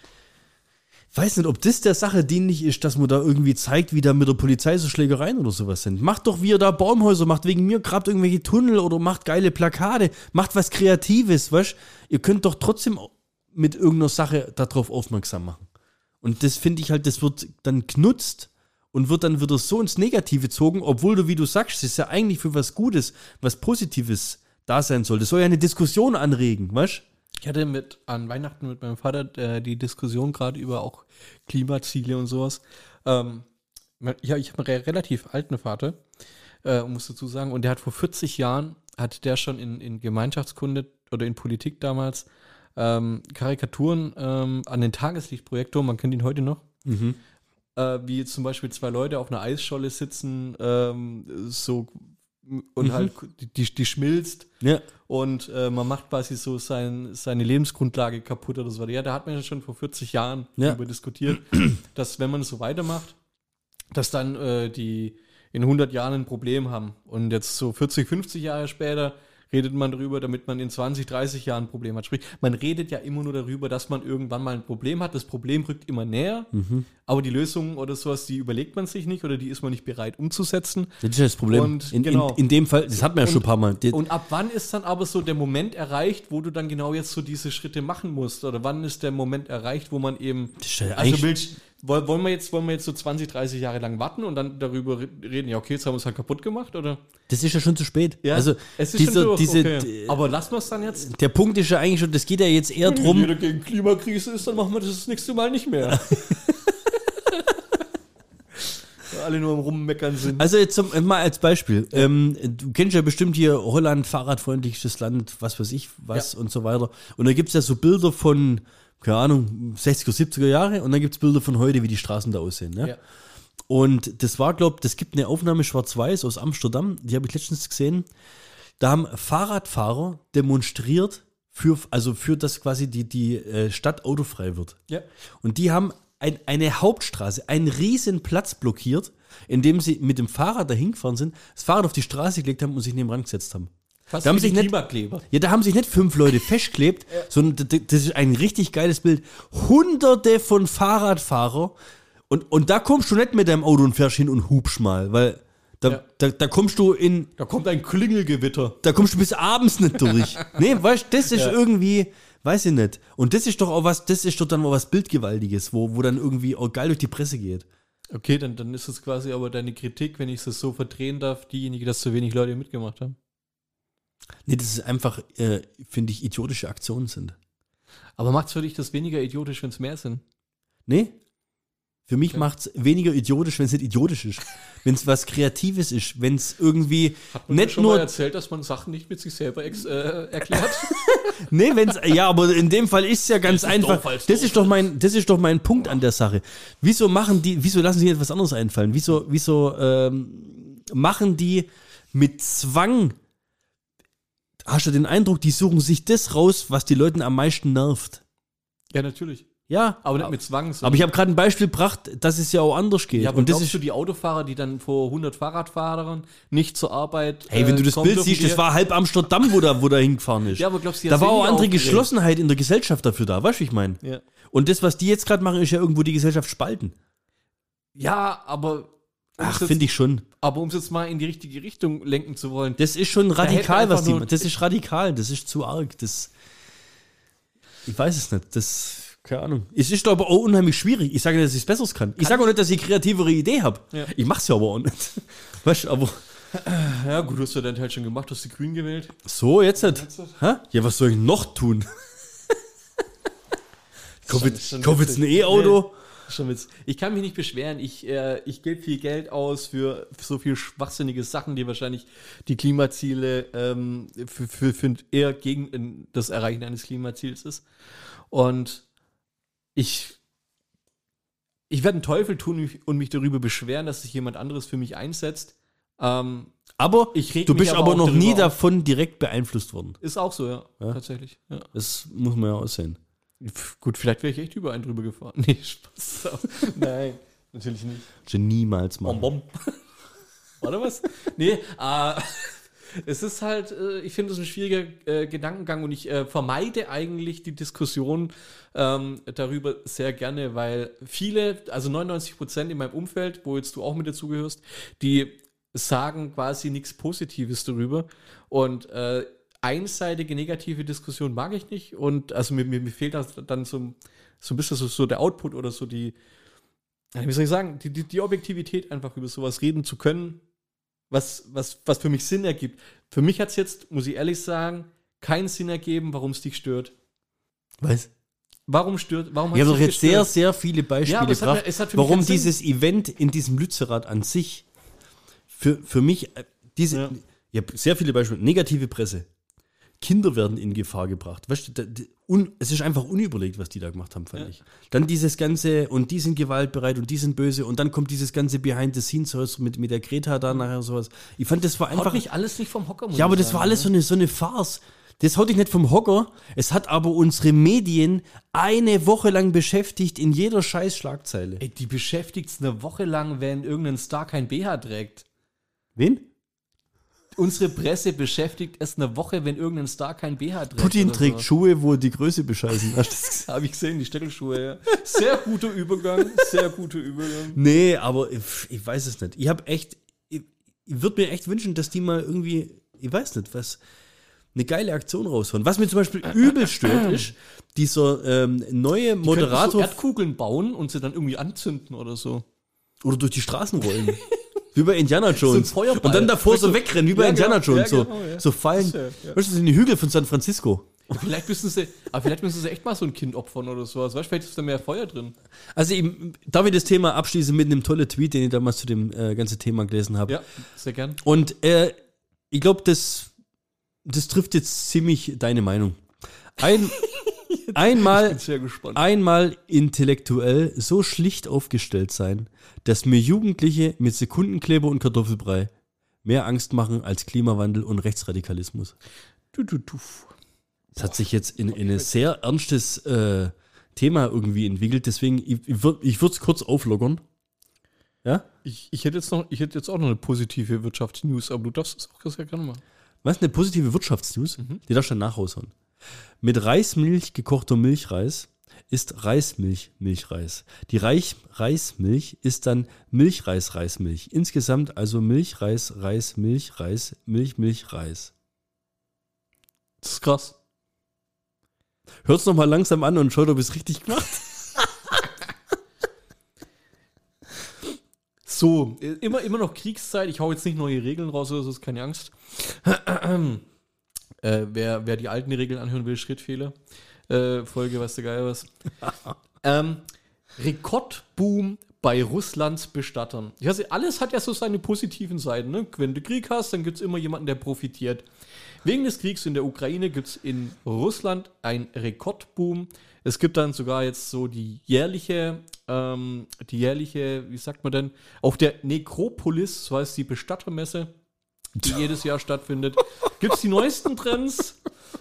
weiß nicht, ob das der Sache dienlich ist, dass man da irgendwie zeigt, wie da mit der Polizei so Schlägereien oder sowas sind. Macht doch, wie ihr da Baumhäuser macht, wegen mir grabt irgendwelche Tunnel oder macht geile Plakate, macht was Kreatives, weißt du? Ihr könnt doch trotzdem mit irgendeiner Sache darauf aufmerksam machen. Und das finde ich halt, das wird dann genutzt und wird dann wieder so ins Negative gezogen, obwohl du, wie du sagst, es ist ja eigentlich für was Gutes, was Positives da sein soll. Das soll ja eine Diskussion anregen, weißt du? Ich hatte mit an Weihnachten mit meinem Vater äh, die Diskussion gerade über auch Klimaziele und sowas. Ähm, ja, ich habe einen re relativ alten Vater, äh, muss dazu sagen, und der hat vor vierzig Jahren, hat der schon in, in Gemeinschaftskunde oder in Politik damals ähm, Karikaturen ähm, an den Tageslichtprojektor, man kennt ihn heute noch, äh, wie zum Beispiel zwei Leute auf einer Eisscholle sitzen, ähm, so und halt die, die schmilzt. Ja. Und äh, man macht quasi so sein, seine Lebensgrundlage kaputt oder so. Ja, da hat man ja schon vor vierzig Jahren Ja. darüber diskutiert, dass wenn man so weitermacht, dass dann äh, die in hundert Jahren ein Problem haben. Und jetzt so vierzig, fünfzig Jahre später redet man darüber, damit man in zwanzig, dreißig Jahren ein Problem hat. Sprich, man redet ja immer nur darüber, dass man irgendwann mal ein Problem hat. Das Problem rückt immer näher, mhm. aber die Lösung oder sowas, die überlegt man sich nicht oder die ist man nicht bereit umzusetzen. Das ist das Problem. Und in, genau. in, in dem Fall, das hat man ja und, schon ein paar Mal. Die, und ab wann ist dann aber so der Moment erreicht, wo du dann genau jetzt so diese Schritte machen musst? Oder wann ist der Moment erreicht, wo man eben, das ist ja also willst, wollen wir jetzt, wollen wir jetzt so zwanzig, dreißig Jahre lang warten und dann darüber reden, ja okay, jetzt haben wir es halt kaputt gemacht, oder? Das ist ja schon zu spät. Ja, also es ist dieser, schon durch, diese, okay. d- Aber lassen wir es dann jetzt? Der Punkt ist ja eigentlich schon, das geht ja jetzt eher Wenn drum. jeder gegen Klimakrise ist, dann machen wir das das nächste Mal nicht mehr. Weil alle nur am Rummeckern sind. Also jetzt zum, mal als Beispiel. Ja. Ähm, du kennst ja bestimmt hier Holland, fahrradfreundliches Land, was weiß ich, was ja. und so weiter. Und da gibt es ja so Bilder von, keine Ahnung, sechziger, siebziger Jahre und dann gibt es Bilder von heute, wie die Straßen da aussehen. Ne? Ja. Und das war, glaube ich, das gibt eine Aufnahme schwarz-weiß aus Amsterdam, die habe ich letztens gesehen. Da haben Fahrradfahrer demonstriert, für, also für das quasi die, die Stadt autofrei wird. Ja. Und die haben ein, eine Hauptstraße, einen riesen Platz blockiert, indem sie mit dem Fahrrad dahin gefahren sind, das Fahrrad auf die Straße gelegt haben und sich nebenan gesetzt haben. Fast da haben wie sich die nicht, Klimakleber. ja, da haben sich nicht fünf Leute festgeklebt, ja. sondern das ist ein richtig geiles Bild. Hunderte von Fahrradfahrer und, und da kommst du nicht mit deinem Auto und fährst hin und hubst mal, weil da, ja. da, da kommst du in... Da kommt ein Klingelgewitter. Da kommst du bis abends nicht durch. Nee, weißt du, das ist ja. irgendwie... Weiß ich nicht. Und das ist doch auch was, das ist doch dann mal was Bildgewaltiges, wo, wo dann irgendwie auch geil durch die Presse geht. Okay, dann, dann ist es quasi aber deine Kritik, wenn ich es so verdrehen darf, diejenige, dass zu wenig Leute mitgemacht haben. Nee, das ist einfach, äh, finde ich, idiotische Aktionen sind. Aber macht es für dich das weniger idiotisch, wenn es mehr sind? Nee. Für mich okay. macht es weniger idiotisch, wenn es nicht idiotisch ist. Wenn es was Kreatives ist, wenn es irgendwie Hat man nicht schon nur mal erzählt, dass man Sachen nicht mit sich selber ex, äh, erklärt? Nee, wenn's, ja, aber in dem Fall ist es ja ganz das einfach. Doof, das ist doch mein, das ist doch mein Punkt an der Sache. Wieso machen die, wieso lassen sie etwas anderes einfallen? Wieso, wieso ähm, machen die mit Zwang? Hast du den Eindruck, die suchen sich das raus, was die Leuten am meisten nervt? Ja, natürlich. Ja, aber nicht mit Zwang. Aber ich habe gerade ein Beispiel gebracht, dass es ja auch anders geht. Ja, aber und das ist ist du die Autofahrer, die dann vor hundert Fahrradfahrern nicht zur Arbeit. Hey, wenn du das äh, Bild siehst, das war halb Amsterdam, wo da, wo da hingefahren ist. Ja, aber glaubst du, da war auch andere aufgeregt. Geschlossenheit in der Gesellschaft dafür da, weißt du, ich meine? Ja. Und das, was die jetzt gerade machen, ist ja irgendwo die Gesellschaft spalten. Ja, aber. Ach, finde ich schon. Aber um es jetzt mal in die richtige Richtung lenken zu wollen. Das ist schon radikal, was die machen. Das ist radikal, das ist zu arg. Das. Ich weiß es nicht. Das. Keine Ahnung. Es ist aber auch unheimlich schwierig. Ich sage nicht, dass ich es Besseres kann. Ich sage auch nicht, dass ich eine kreativere Idee habe. Ja. Ich mache es ja aber auch nicht. Weißt du, aber. Ja, gut, hast du deinen Teil schon gemacht, hast du Green gewählt. So, jetzt nicht. Hä? Ja, was soll ich noch tun? Kauf jetzt ein E-Auto. Schon Witz. Ich kann mich nicht beschweren. Ich, äh, ich gebe viel Geld aus für, für so viel schwachsinnige Sachen, die wahrscheinlich die Klimaziele ähm, für, für, für eher gegen das Erreichen eines Klimaziels ist. Und ich, ich werde einen Teufel tun und mich darüber beschweren, dass sich jemand anderes für mich einsetzt. Ähm, aber ich du bist aber, aber noch nie auf. davon direkt beeinflusst worden. Ist auch so, ja. ja? Tatsächlich. Ja. Das muss man ja auch sehen. Gut, vielleicht wäre ich echt über einen drüber gefahren. Nee, Spaß. Nein, natürlich nicht. Schon niemals mal. Bom, bom. Oder was? Nee, äh, es ist halt, äh, ich finde es ein schwieriger äh, Gedankengang und ich äh, vermeide eigentlich die Diskussion ähm, darüber sehr gerne, weil viele, also neunundneunzig Prozent in meinem Umfeld, wo jetzt du auch mit dazugehörst, die sagen quasi nichts Positives darüber und äh, einseitige negative Diskussion mag ich nicht und also mir, mir, mir fehlt dann so, so ein bisschen so, so der Output oder so die, wie soll ich sagen, die, die, die Objektivität einfach über sowas reden zu können, was, was, was für mich Sinn ergibt. Für mich hat es jetzt, muss ich ehrlich sagen, keinen Sinn ergeben, warum es dich stört. Was? Warum stört, warum hat Ich es habe doch dich jetzt gestört? sehr, sehr viele Beispiele ja, gebracht, hat, es hat für warum mich dieses Sinn. Event in diesem Lützerath an sich für, für mich, diese, ja. ich habe sehr viele Beispiele, negative Presse. Kinder werden in Gefahr gebracht. Weißt du, da, da, un, es ist einfach unüberlegt, was die da gemacht haben, fand ja. ich. Dann dieses ganze, und die sind gewaltbereit und die sind böse und dann kommt dieses ganze Behind-the-Scenes mit, mit der Greta da nachher sowas. Ich fand, das war einfach... Haut mich alles nicht vom Hocker, muss Ja, aber das sagen, war alles so eine, so eine Farce. Das haut dich nicht vom Hocker. Es hat aber unsere Medien eine Woche lang beschäftigt in jeder scheiß Schlagzeile. Ey, die beschäftigt es eine Woche lang, wenn irgendein Star kein B H trägt. Wen? unsere Presse beschäftigt erst eine Woche, wenn irgendein Star kein B H trägt. Putin oder trägt so. Schuhe, wo die Größe bescheißen. Hast du das gesehen? Habe ich gesehen, die Steckelschuhe, ja. Sehr guter Übergang, sehr guter Übergang. Nee, aber ich, ich weiß es nicht. Ich habe echt, ich, ich würde mir echt wünschen, dass die mal irgendwie, ich weiß nicht, was, eine geile Aktion raushauen. Was mir zum Beispiel übel stört, ist dieser ähm, neue Die Moderator. so Erdkugeln bauen und sie dann irgendwie anzünden oder so. Oder durch die Straßen rollen. Wie bei Indiana Jones. So ein Feuerball. Und dann davor so Weißt du, wegrennen, wie bei ja, Indiana genau, Jones. ja, so, genau, ja. so fallen. Das ist ja, ja. Weißt du, das sind die Hügel von San Francisco. Ja, vielleicht müssen sie, aber vielleicht müssen sie echt mal so ein Kind opfern oder sowas. Weißt du, vielleicht ist da mehr Feuer drin. Also, ich, darf ich das Thema abschließen mit einem tollen Tweet, den ich damals zu dem äh, ganzen Thema gelesen habe. Ja, sehr gern. Und äh, ich glaube, das, das trifft jetzt ziemlich deine Meinung. Ein, Ich einmal, bin sehr gespannt. einmal intellektuell so schlicht aufgestellt sein, dass mir Jugendliche mit Sekundenkleber und Kartoffelbrei mehr Angst machen als Klimawandel und Rechtsradikalismus. Du, du, du. Das hat sich jetzt in, in ein sehr ernstes äh, Thema irgendwie entwickelt, deswegen, ich, ich würde es kurz auflockern. Ja? Ich, ich, hätte jetzt noch, ich hätte jetzt auch noch eine positive Wirtschaftsnews, aber du darfst es auch sehr gerne machen. Was, eine positive Wirtschaftsnews? Mhm. Die darfst du dann nachhaushauen. Mit Reismilch gekochter Milchreis ist Reismilch Milchreis. Die Reich, Reismilch ist dann Milchreis Reismilch. Insgesamt also Milchreis Reis Milch Reis Milch Milch Reis. Das ist krass. Hör's noch mal langsam an und schaut, ob es richtig gemacht. So, immer, immer noch Kriegszeit. Ich hau jetzt nicht neue Regeln raus, oder so, ist keine Angst. äh, wer, wer die alten Regeln anhören will, Schrittfehler. Äh, Folge, weißt du geil was. ähm, Rekordboom bei Russlands Bestattern. Ich weiß nicht, alles hat ja so seine positiven Seiten. Ne? Wenn du Krieg hast, dann gibt es immer jemanden, der profitiert. Wegen des Kriegs in der Ukraine gibt es in Russland einen Rekordboom. Es gibt dann sogar jetzt so die jährliche, ähm, die jährliche, wie sagt man denn, auf der Nekropolis, so heißt die Bestattermesse, die jedes Jahr stattfindet, gibt es die neuesten Trends.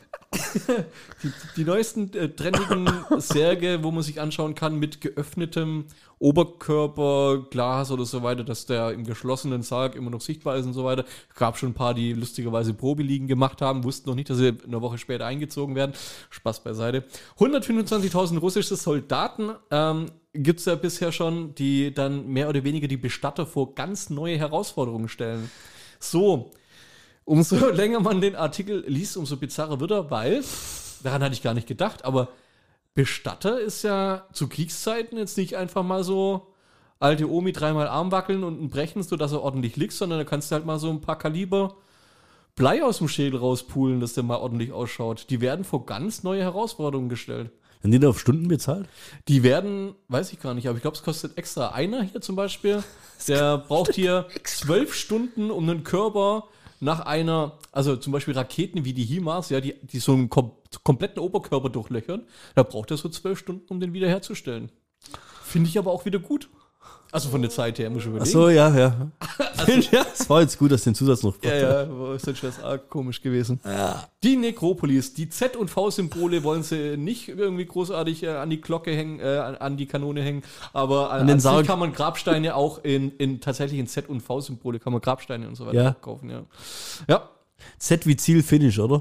Die, die neuesten äh, trendigen Särge, wo man sich anschauen kann mit geöffnetem Oberkörper, Glas oder so weiter, dass der im geschlossenen Sarg immer noch sichtbar ist und so weiter. Es gab schon ein paar, die lustigerweise Probeliegen gemacht haben, wussten noch nicht, dass sie eine Woche später eingezogen werden. Spaß beiseite. hundertfünfundzwanzigtausend russische Soldaten ähm, gibt es ja bisher schon, die dann mehr oder weniger die Bestatter vor ganz neue Herausforderungen stellen. So, umso länger man den Artikel liest, umso bizarrer wird er, weil, daran hatte ich gar nicht gedacht, aber Bestatter ist ja zu Kriegszeiten jetzt nicht einfach mal so alte Omi dreimal Arm wackeln und ein Brechen, sodass er ordentlich liegt, sondern da kannst du halt mal so ein paar Kaliber Blei aus dem Schädel rauspulen, dass der mal ordentlich ausschaut. Die werden vor ganz neue Herausforderungen gestellt. Werden die da auf Stunden bezahlt? Die werden, weiß ich gar nicht, aber ich glaube, es kostet extra. Einer hier zum Beispiel, der braucht hier zwölf Stunden, um einen Körper nach einer, also zum Beispiel Raketen wie die HIMARS, ja, die, die so einen kom kompletten Oberkörper durchlöchern, da braucht er so zwölf Stunden, um den wiederherzustellen. Finde ich aber auch wieder gut. Also von der Zeit her, muss ich überlegen. Ach so, ja, ja. Also, ja. Es war jetzt gut, dass du den Zusatz noch Ja, ja, war sonst wäre es arg komisch gewesen. Ja. Die Nekropolis, die Z- und V-Symbole wollen sie nicht irgendwie großartig äh, an die Glocke hängen, äh, an, an die Kanone hängen, aber an, An den an sich Sarg. kann man Grabsteine auch in, in tatsächlich in Z- und V-Symbole kann man Grabsteine und so weiter Ja. auch kaufen, ja. Ja, Z wie Ziel Finish, oder?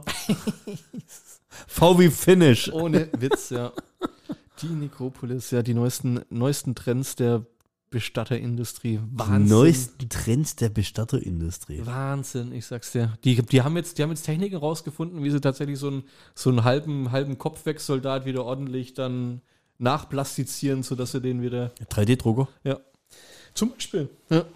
V wie Finish. ohne Witz, ja. Die Nekropolis, ja, die neuesten, neuesten Trends der Bestatterindustrie. Wahnsinn. Neuesten Trends der Bestatterindustrie. Wahnsinn, ich sag's dir. Die, die, haben jetzt, die haben jetzt Techniken rausgefunden, wie sie tatsächlich so einen, so einen halben, halben Kopfwegsoldat wieder ordentlich dann nachplastizieren, sodass sie den wieder. drei D-Drucker. Ja. Zum Beispiel. Ja.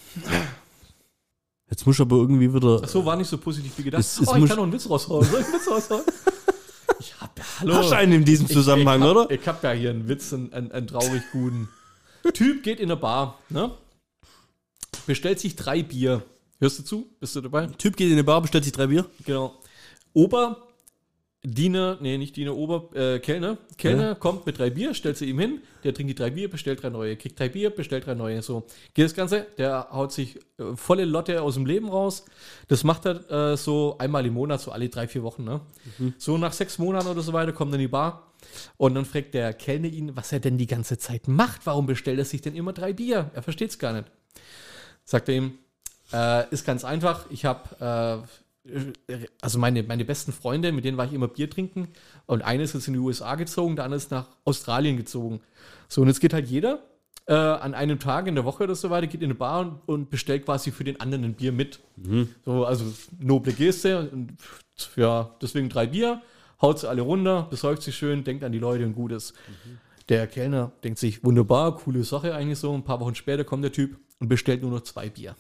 Jetzt muss ich aber irgendwie wieder. Ach so, war nicht so positiv wie gedacht. Es- es oh, ich muss- kann noch einen Witz raushauen. Soll ich einen Witz raushauen? Ich hab ja, hallo. Hast du einen in diesem Zusammenhang, ich, ich hab, oder? Ich hab ja hier einen Witz, einen, einen, einen traurig guten. Typ geht in eine Bar, ne? Bestellt sich drei Bier. Hörst du zu? Bist du dabei? Typ geht in eine Bar, bestellt sich drei Bier. Genau. Ober, Diener, nee, nicht Diener, Ober, äh, Kellner. Kellner Ja. kommt mit drei Bier, stellt sie ihm hin, der trinkt die drei Bier, bestellt drei neue, kriegt drei Bier, bestellt drei neue. So geht das Ganze, der haut sich äh, volle Lotte aus dem Leben raus. Das macht er äh, so einmal im Monat, so alle drei, vier Wochen. Ne? Mhm. So nach sechs Monaten oder so weiter kommt er in die Bar und dann fragt der Kellner ihn, was er denn die ganze Zeit macht. Warum bestellt er sich denn immer drei Bier? Er versteht es gar nicht. Sagt er ihm, Äh, ist ganz einfach. Ich habe, äh, also meine, meine besten Freunde, mit denen war ich immer Bier trinken. Und eine ist jetzt in die U S A gezogen, der andere ist nach Australien gezogen. So, und jetzt geht halt jeder äh, an einem Tag in der Woche oder so weiter, geht in eine Bar und, und bestellt quasi für den anderen ein Bier mit. Mhm. So, also noble Geste. Und, ja, deswegen drei Bier, haut sie alle runter, besäuft sich schön, denkt an die Leute und Gutes. Mhm. Der Kellner denkt sich, wunderbar, coole Sache eigentlich so. Ein paar Wochen später kommt der Typ und bestellt nur noch zwei Bier.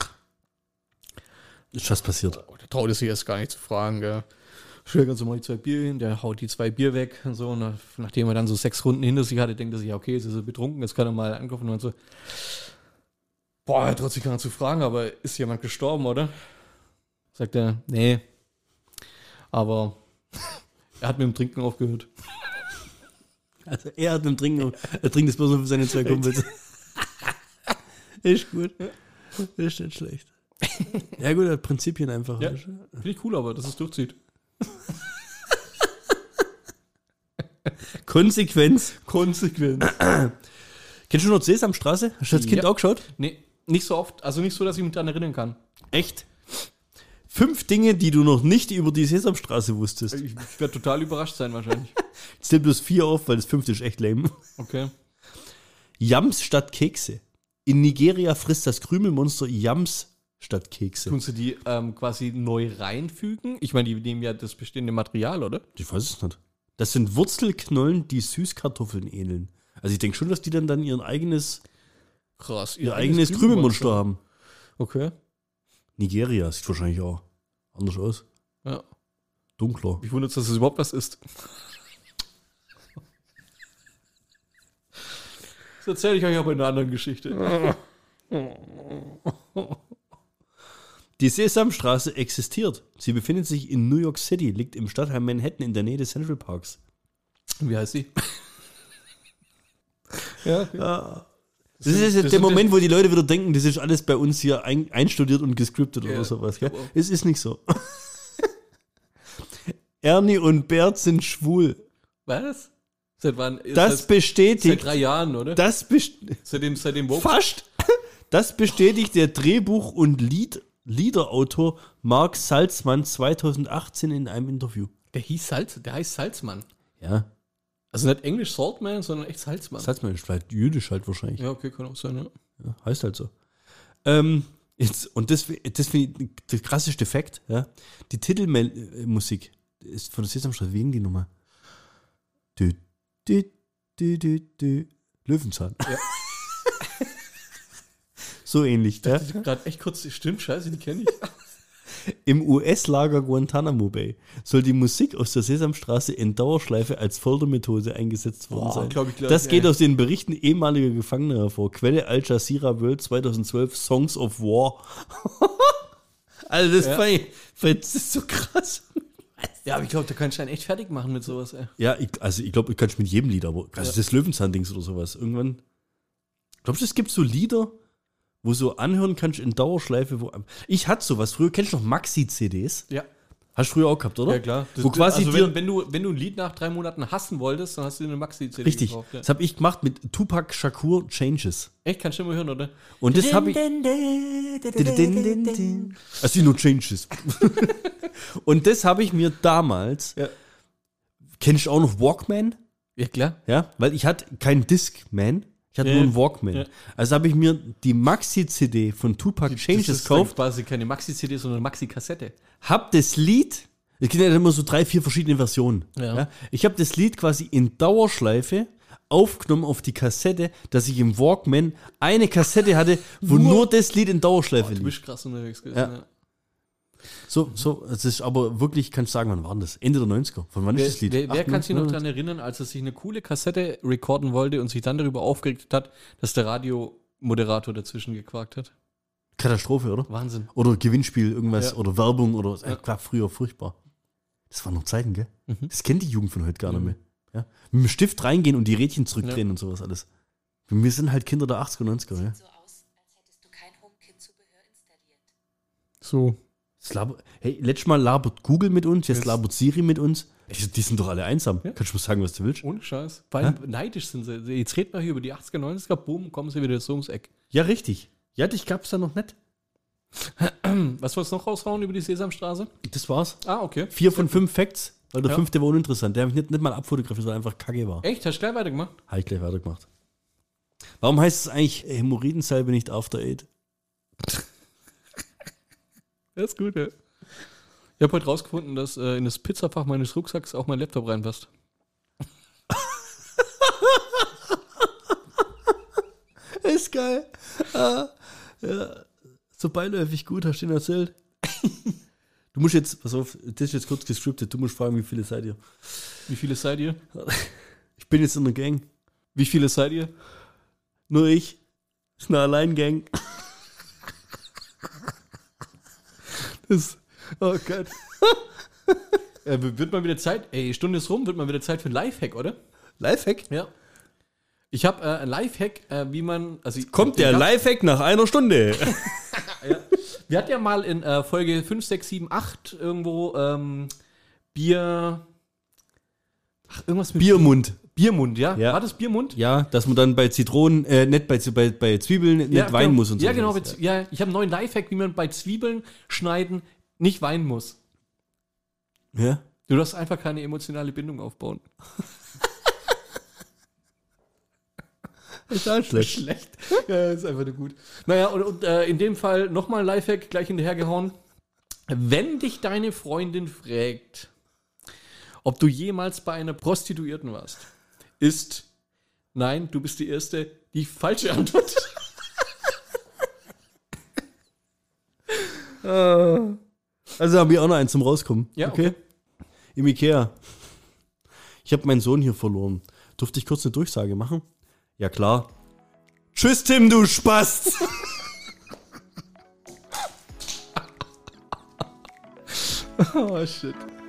Ist was passiert? Oh, der traut es sich erst gar nicht zu fragen, gell. Stellt ganz normal die zwei Bier hin, der haut die zwei Bier weg und so. Und nach, nachdem er dann so sechs Runden hinter sich hatte, denkt er sich, ja, okay, jetzt ist er betrunken, jetzt kann er mal anklopfen und so. Boah, er traut sich gar nicht zu fragen, aber ist jemand gestorben, oder? Sagt er, nee. Aber er hat mit dem Trinken aufgehört. Also er hat mit dem Trinken, er trinkt das bloß nur für seine zwei Kumpels. Ist gut. Ist nicht schlecht. Ja gut, er hat Prinzipien einfach. Ja, finde ich cool, aber dass es durchzieht. Konsequenz. Konsequenz. Kennst du noch Sesamstraße? Hast du als Kind ja. auch geschaut? Nee, nicht so oft. Also nicht so, dass ich mich daran erinnern kann. Echt? Fünf Dinge, die du noch nicht über die Sesamstraße wusstest. Ich, ich werde total überrascht sein wahrscheinlich. Ich zähl bloß vier auf, weil das fünfte ist echt lame. Okay. Yams statt Kekse. In Nigeria frisst das Krümelmonster Yams statt Kekse. Tun sie die ähm, quasi neu reinfügen? Ich meine, die nehmen ja das bestehende Material, oder? Ich weiß es nicht. Das sind Wurzelknollen, die Süßkartoffeln ähneln. Also ich denke schon, dass die dann, dann ihren eigenes, Krass, ihr, ihr eigenes, eigenes Krümelmonster haben. Okay. Nigeria sieht wahrscheinlich auch anders aus. Ja. Dunkler. Ich wundere, dass es überhaupt was ist. Das erzähle ich euch aber in einer anderen Geschichte. Die Sesamstraße existiert. Sie befindet sich in New York City, liegt im Stadtteil Manhattan in der Nähe des Central Parks. Wie heißt sie? ja, okay. ja. Das, das ist jetzt der Moment, wo die Leute wieder denken, das ist alles bei uns hier ein, einstudiert und gescriptet ja, oder sowas. Gell? Es ist nicht so. Ernie und Bert sind schwul. Was? Seit wann? Das seit, bestätigt. Seit drei Jahren, oder? Das bestätigt. Seitdem, seitdem wo? Fast. Das bestätigt der Drehbuch- und Lied, Liederautor Mark Salzman zweitausendachtzehn in einem Interview. Der hieß Salz, der heißt Salzmann. Ja. Also nicht Englisch Saltman, sondern echt Salzmann. Salzmann ist vielleicht jüdisch halt wahrscheinlich. Ja, okay, kann auch sein, ja. Ja, heißt halt so. Ähm, jetzt, und das, das finde ich der krasseste Fakt, ja. Die Titelmusik ist von der Sesamstraße, wegen die Nummer. Dü, dü, dü, dü, dü. Löwenzahn. Ja. So ähnlich, ja. Gerade echt kurz, stimmt, scheiße, die kenne ich. Im U S-Lager Guantanamo Bay soll die Musik aus der Sesamstraße in Dauerschleife als Foltermethode eingesetzt worden Boah, sein. glaub ich, glaub das ich, geht ey. aus den Berichten ehemaliger Gefangener hervor. Quelle Al Jazeera World zweitausendzwölf Songs of War. Also das, Ja. fand ich, das ist so krass. Ja, aber ich glaube, da kannst du einen echt fertig machen mit sowas, ey. Ja, ich, also ich glaube, ich kann es mit jedem Lied, aber also Ja. das Löwenzahn-Dings oder sowas. Irgendwann. Glaubst du, es gibt so Lieder, wo so anhören kannst in Dauerschleife? Wo, ich hatte sowas früher. Kennst du noch Maxi-C Ds? Ja. Hast du früher auch gehabt, oder? Ja, klar. Das, Wo quasi also dir, wenn, wenn, du, wenn du ein Lied nach drei Monaten hassen wolltest, dann hast du dir eine Maxi-C D richtig. gekauft. Ja. Das habe ich gemacht mit Tupac Shakur Changes. Echt? Kannst du immer hören, oder? Und das habe ich. Also nur Changes. Und das habe ich mir damals. Ja. Kennst du auch noch Walkman? Ja, klar. Ja, weil ich hatte keinen Discman. Ich hatte Ja. nur einen Walkman. Ja. Also habe ich mir die Maxi-C D von Tupac Changes Das ist gekauft. quasi keine Maxi-C D, sondern eine Maxi-Kassette. Hab das Lied, es gibt ja immer so drei, vier verschiedene Versionen. Ja. Ja. Ich habe das Lied quasi in Dauerschleife aufgenommen auf die Kassette, dass ich im Walkman eine Kassette hatte, wo nur, nur das Lied in Dauerschleife Du lief. bist krass unterwegs gewesen. Ja. Ja. So, so, es ist aber wirklich, kannst du sagen, wann war denn das? Ende der neunziger. Von wann Wer, ist das Lied? wer, wer kann sich noch achtundneunzig? daran erinnern, als er sich eine coole Kassette recorden wollte und sich dann darüber aufgeregt hat, dass der Radiomoderator dazwischen gequakt hat? Katastrophe, oder? Wahnsinn. Oder Gewinnspiel, irgendwas, Ja. oder Werbung, oder, Ja. äh, war früher furchtbar. Das waren noch Zeiten, gell? Mhm. Das kennt die Jugend von heute gar nicht Mhm. mehr. Ja? Mit dem Stift reingehen und die Rädchen zurückdrehen und sowas alles. Wir sind halt Kinder der achtziger, neunziger, ja. So aus, als hättest du kein HomeKit-Zubehör installiert. So. Das laber- hey, letztes Mal labert Google mit uns, jetzt Jetzt- labert Siri mit uns. Die, die sind doch alle einsam. Kannst du mir sagen, was du willst? Ohne Scheiß. Vor allem neidisch sind sie. Jetzt reden wir hier über die achtziger, neunziger, boom, kommen sie wieder so ums Eck. Ja, richtig. Ja, dich gab's da noch nicht. Was wolltest du noch raushauen über die Sesamstraße? Das war's. Ah, okay. Vier von fünf Facts, weil der Ja. fünfte war uninteressant. Der habe ich nicht, nicht mal abfotografiert, weil er einfach kacke war. Echt? Hast du gleich weitergemacht? Habe ich gleich weitergemacht. Warum heißt es eigentlich Hämorrhoidensalbe nicht After Eight? Das ist gut, ja. Ich habe heute rausgefunden, dass äh, in das Pizzafach meines Rucksacks auch mein Laptop reinpasst. Ist geil. Ah, ja. So beiläufig gut, hast du ihn erzählt. Du musst jetzt, pass auf, das ist jetzt kurz gescriptet, du musst fragen, wie viele seid ihr? Wie viele seid ihr? Ich bin jetzt in der Gang. Wie viele seid ihr? Nur ich. Ist eine Alleingang. Das, oh Gott. äh, wird mal wieder Zeit, ey, Stunde ist rum, wird mal wieder Zeit für ein Lifehack, oder? Lifehack? Ja. Ich habe äh, ein Lifehack, äh, wie man, also Kommt der gab- Lifehack nach einer Stunde. Wir hatten ja mal in äh, Folge fünf, sechs, sieben, acht irgendwo ähm, Bier. Ach, irgendwas mit Biermund. Biermund, ja? Ja. War das Biermund? Ja, dass man dann bei Zitronen, äh, nicht bei, bei, bei Zwiebeln nicht ja, weinen genau. muss und so. Ja, genau. Bei, ja, ich habe einen neuen Lifehack, wie man bei Zwiebeln schneiden nicht weinen muss. Ja. Du darfst einfach keine emotionale Bindung aufbauen. Ist auch schlecht. Schlecht. Ja, ist einfach nur gut. Naja, und, und äh, in dem Fall nochmal ein Lifehack gleich hinterhergehauen. Wenn dich deine Freundin fragt, ob du jemals bei einer Prostituierten warst, ist nein, du bist die Erste, die falsche Antwort. Also habe ich auch noch einen zum Rauskommen. Ja, okay. Im Ikea. Ich habe meinen Sohn hier verloren. Durfte ich kurz eine Durchsage machen? Ja, klar. Tschüss, Tim, du Spast! Oh, shit.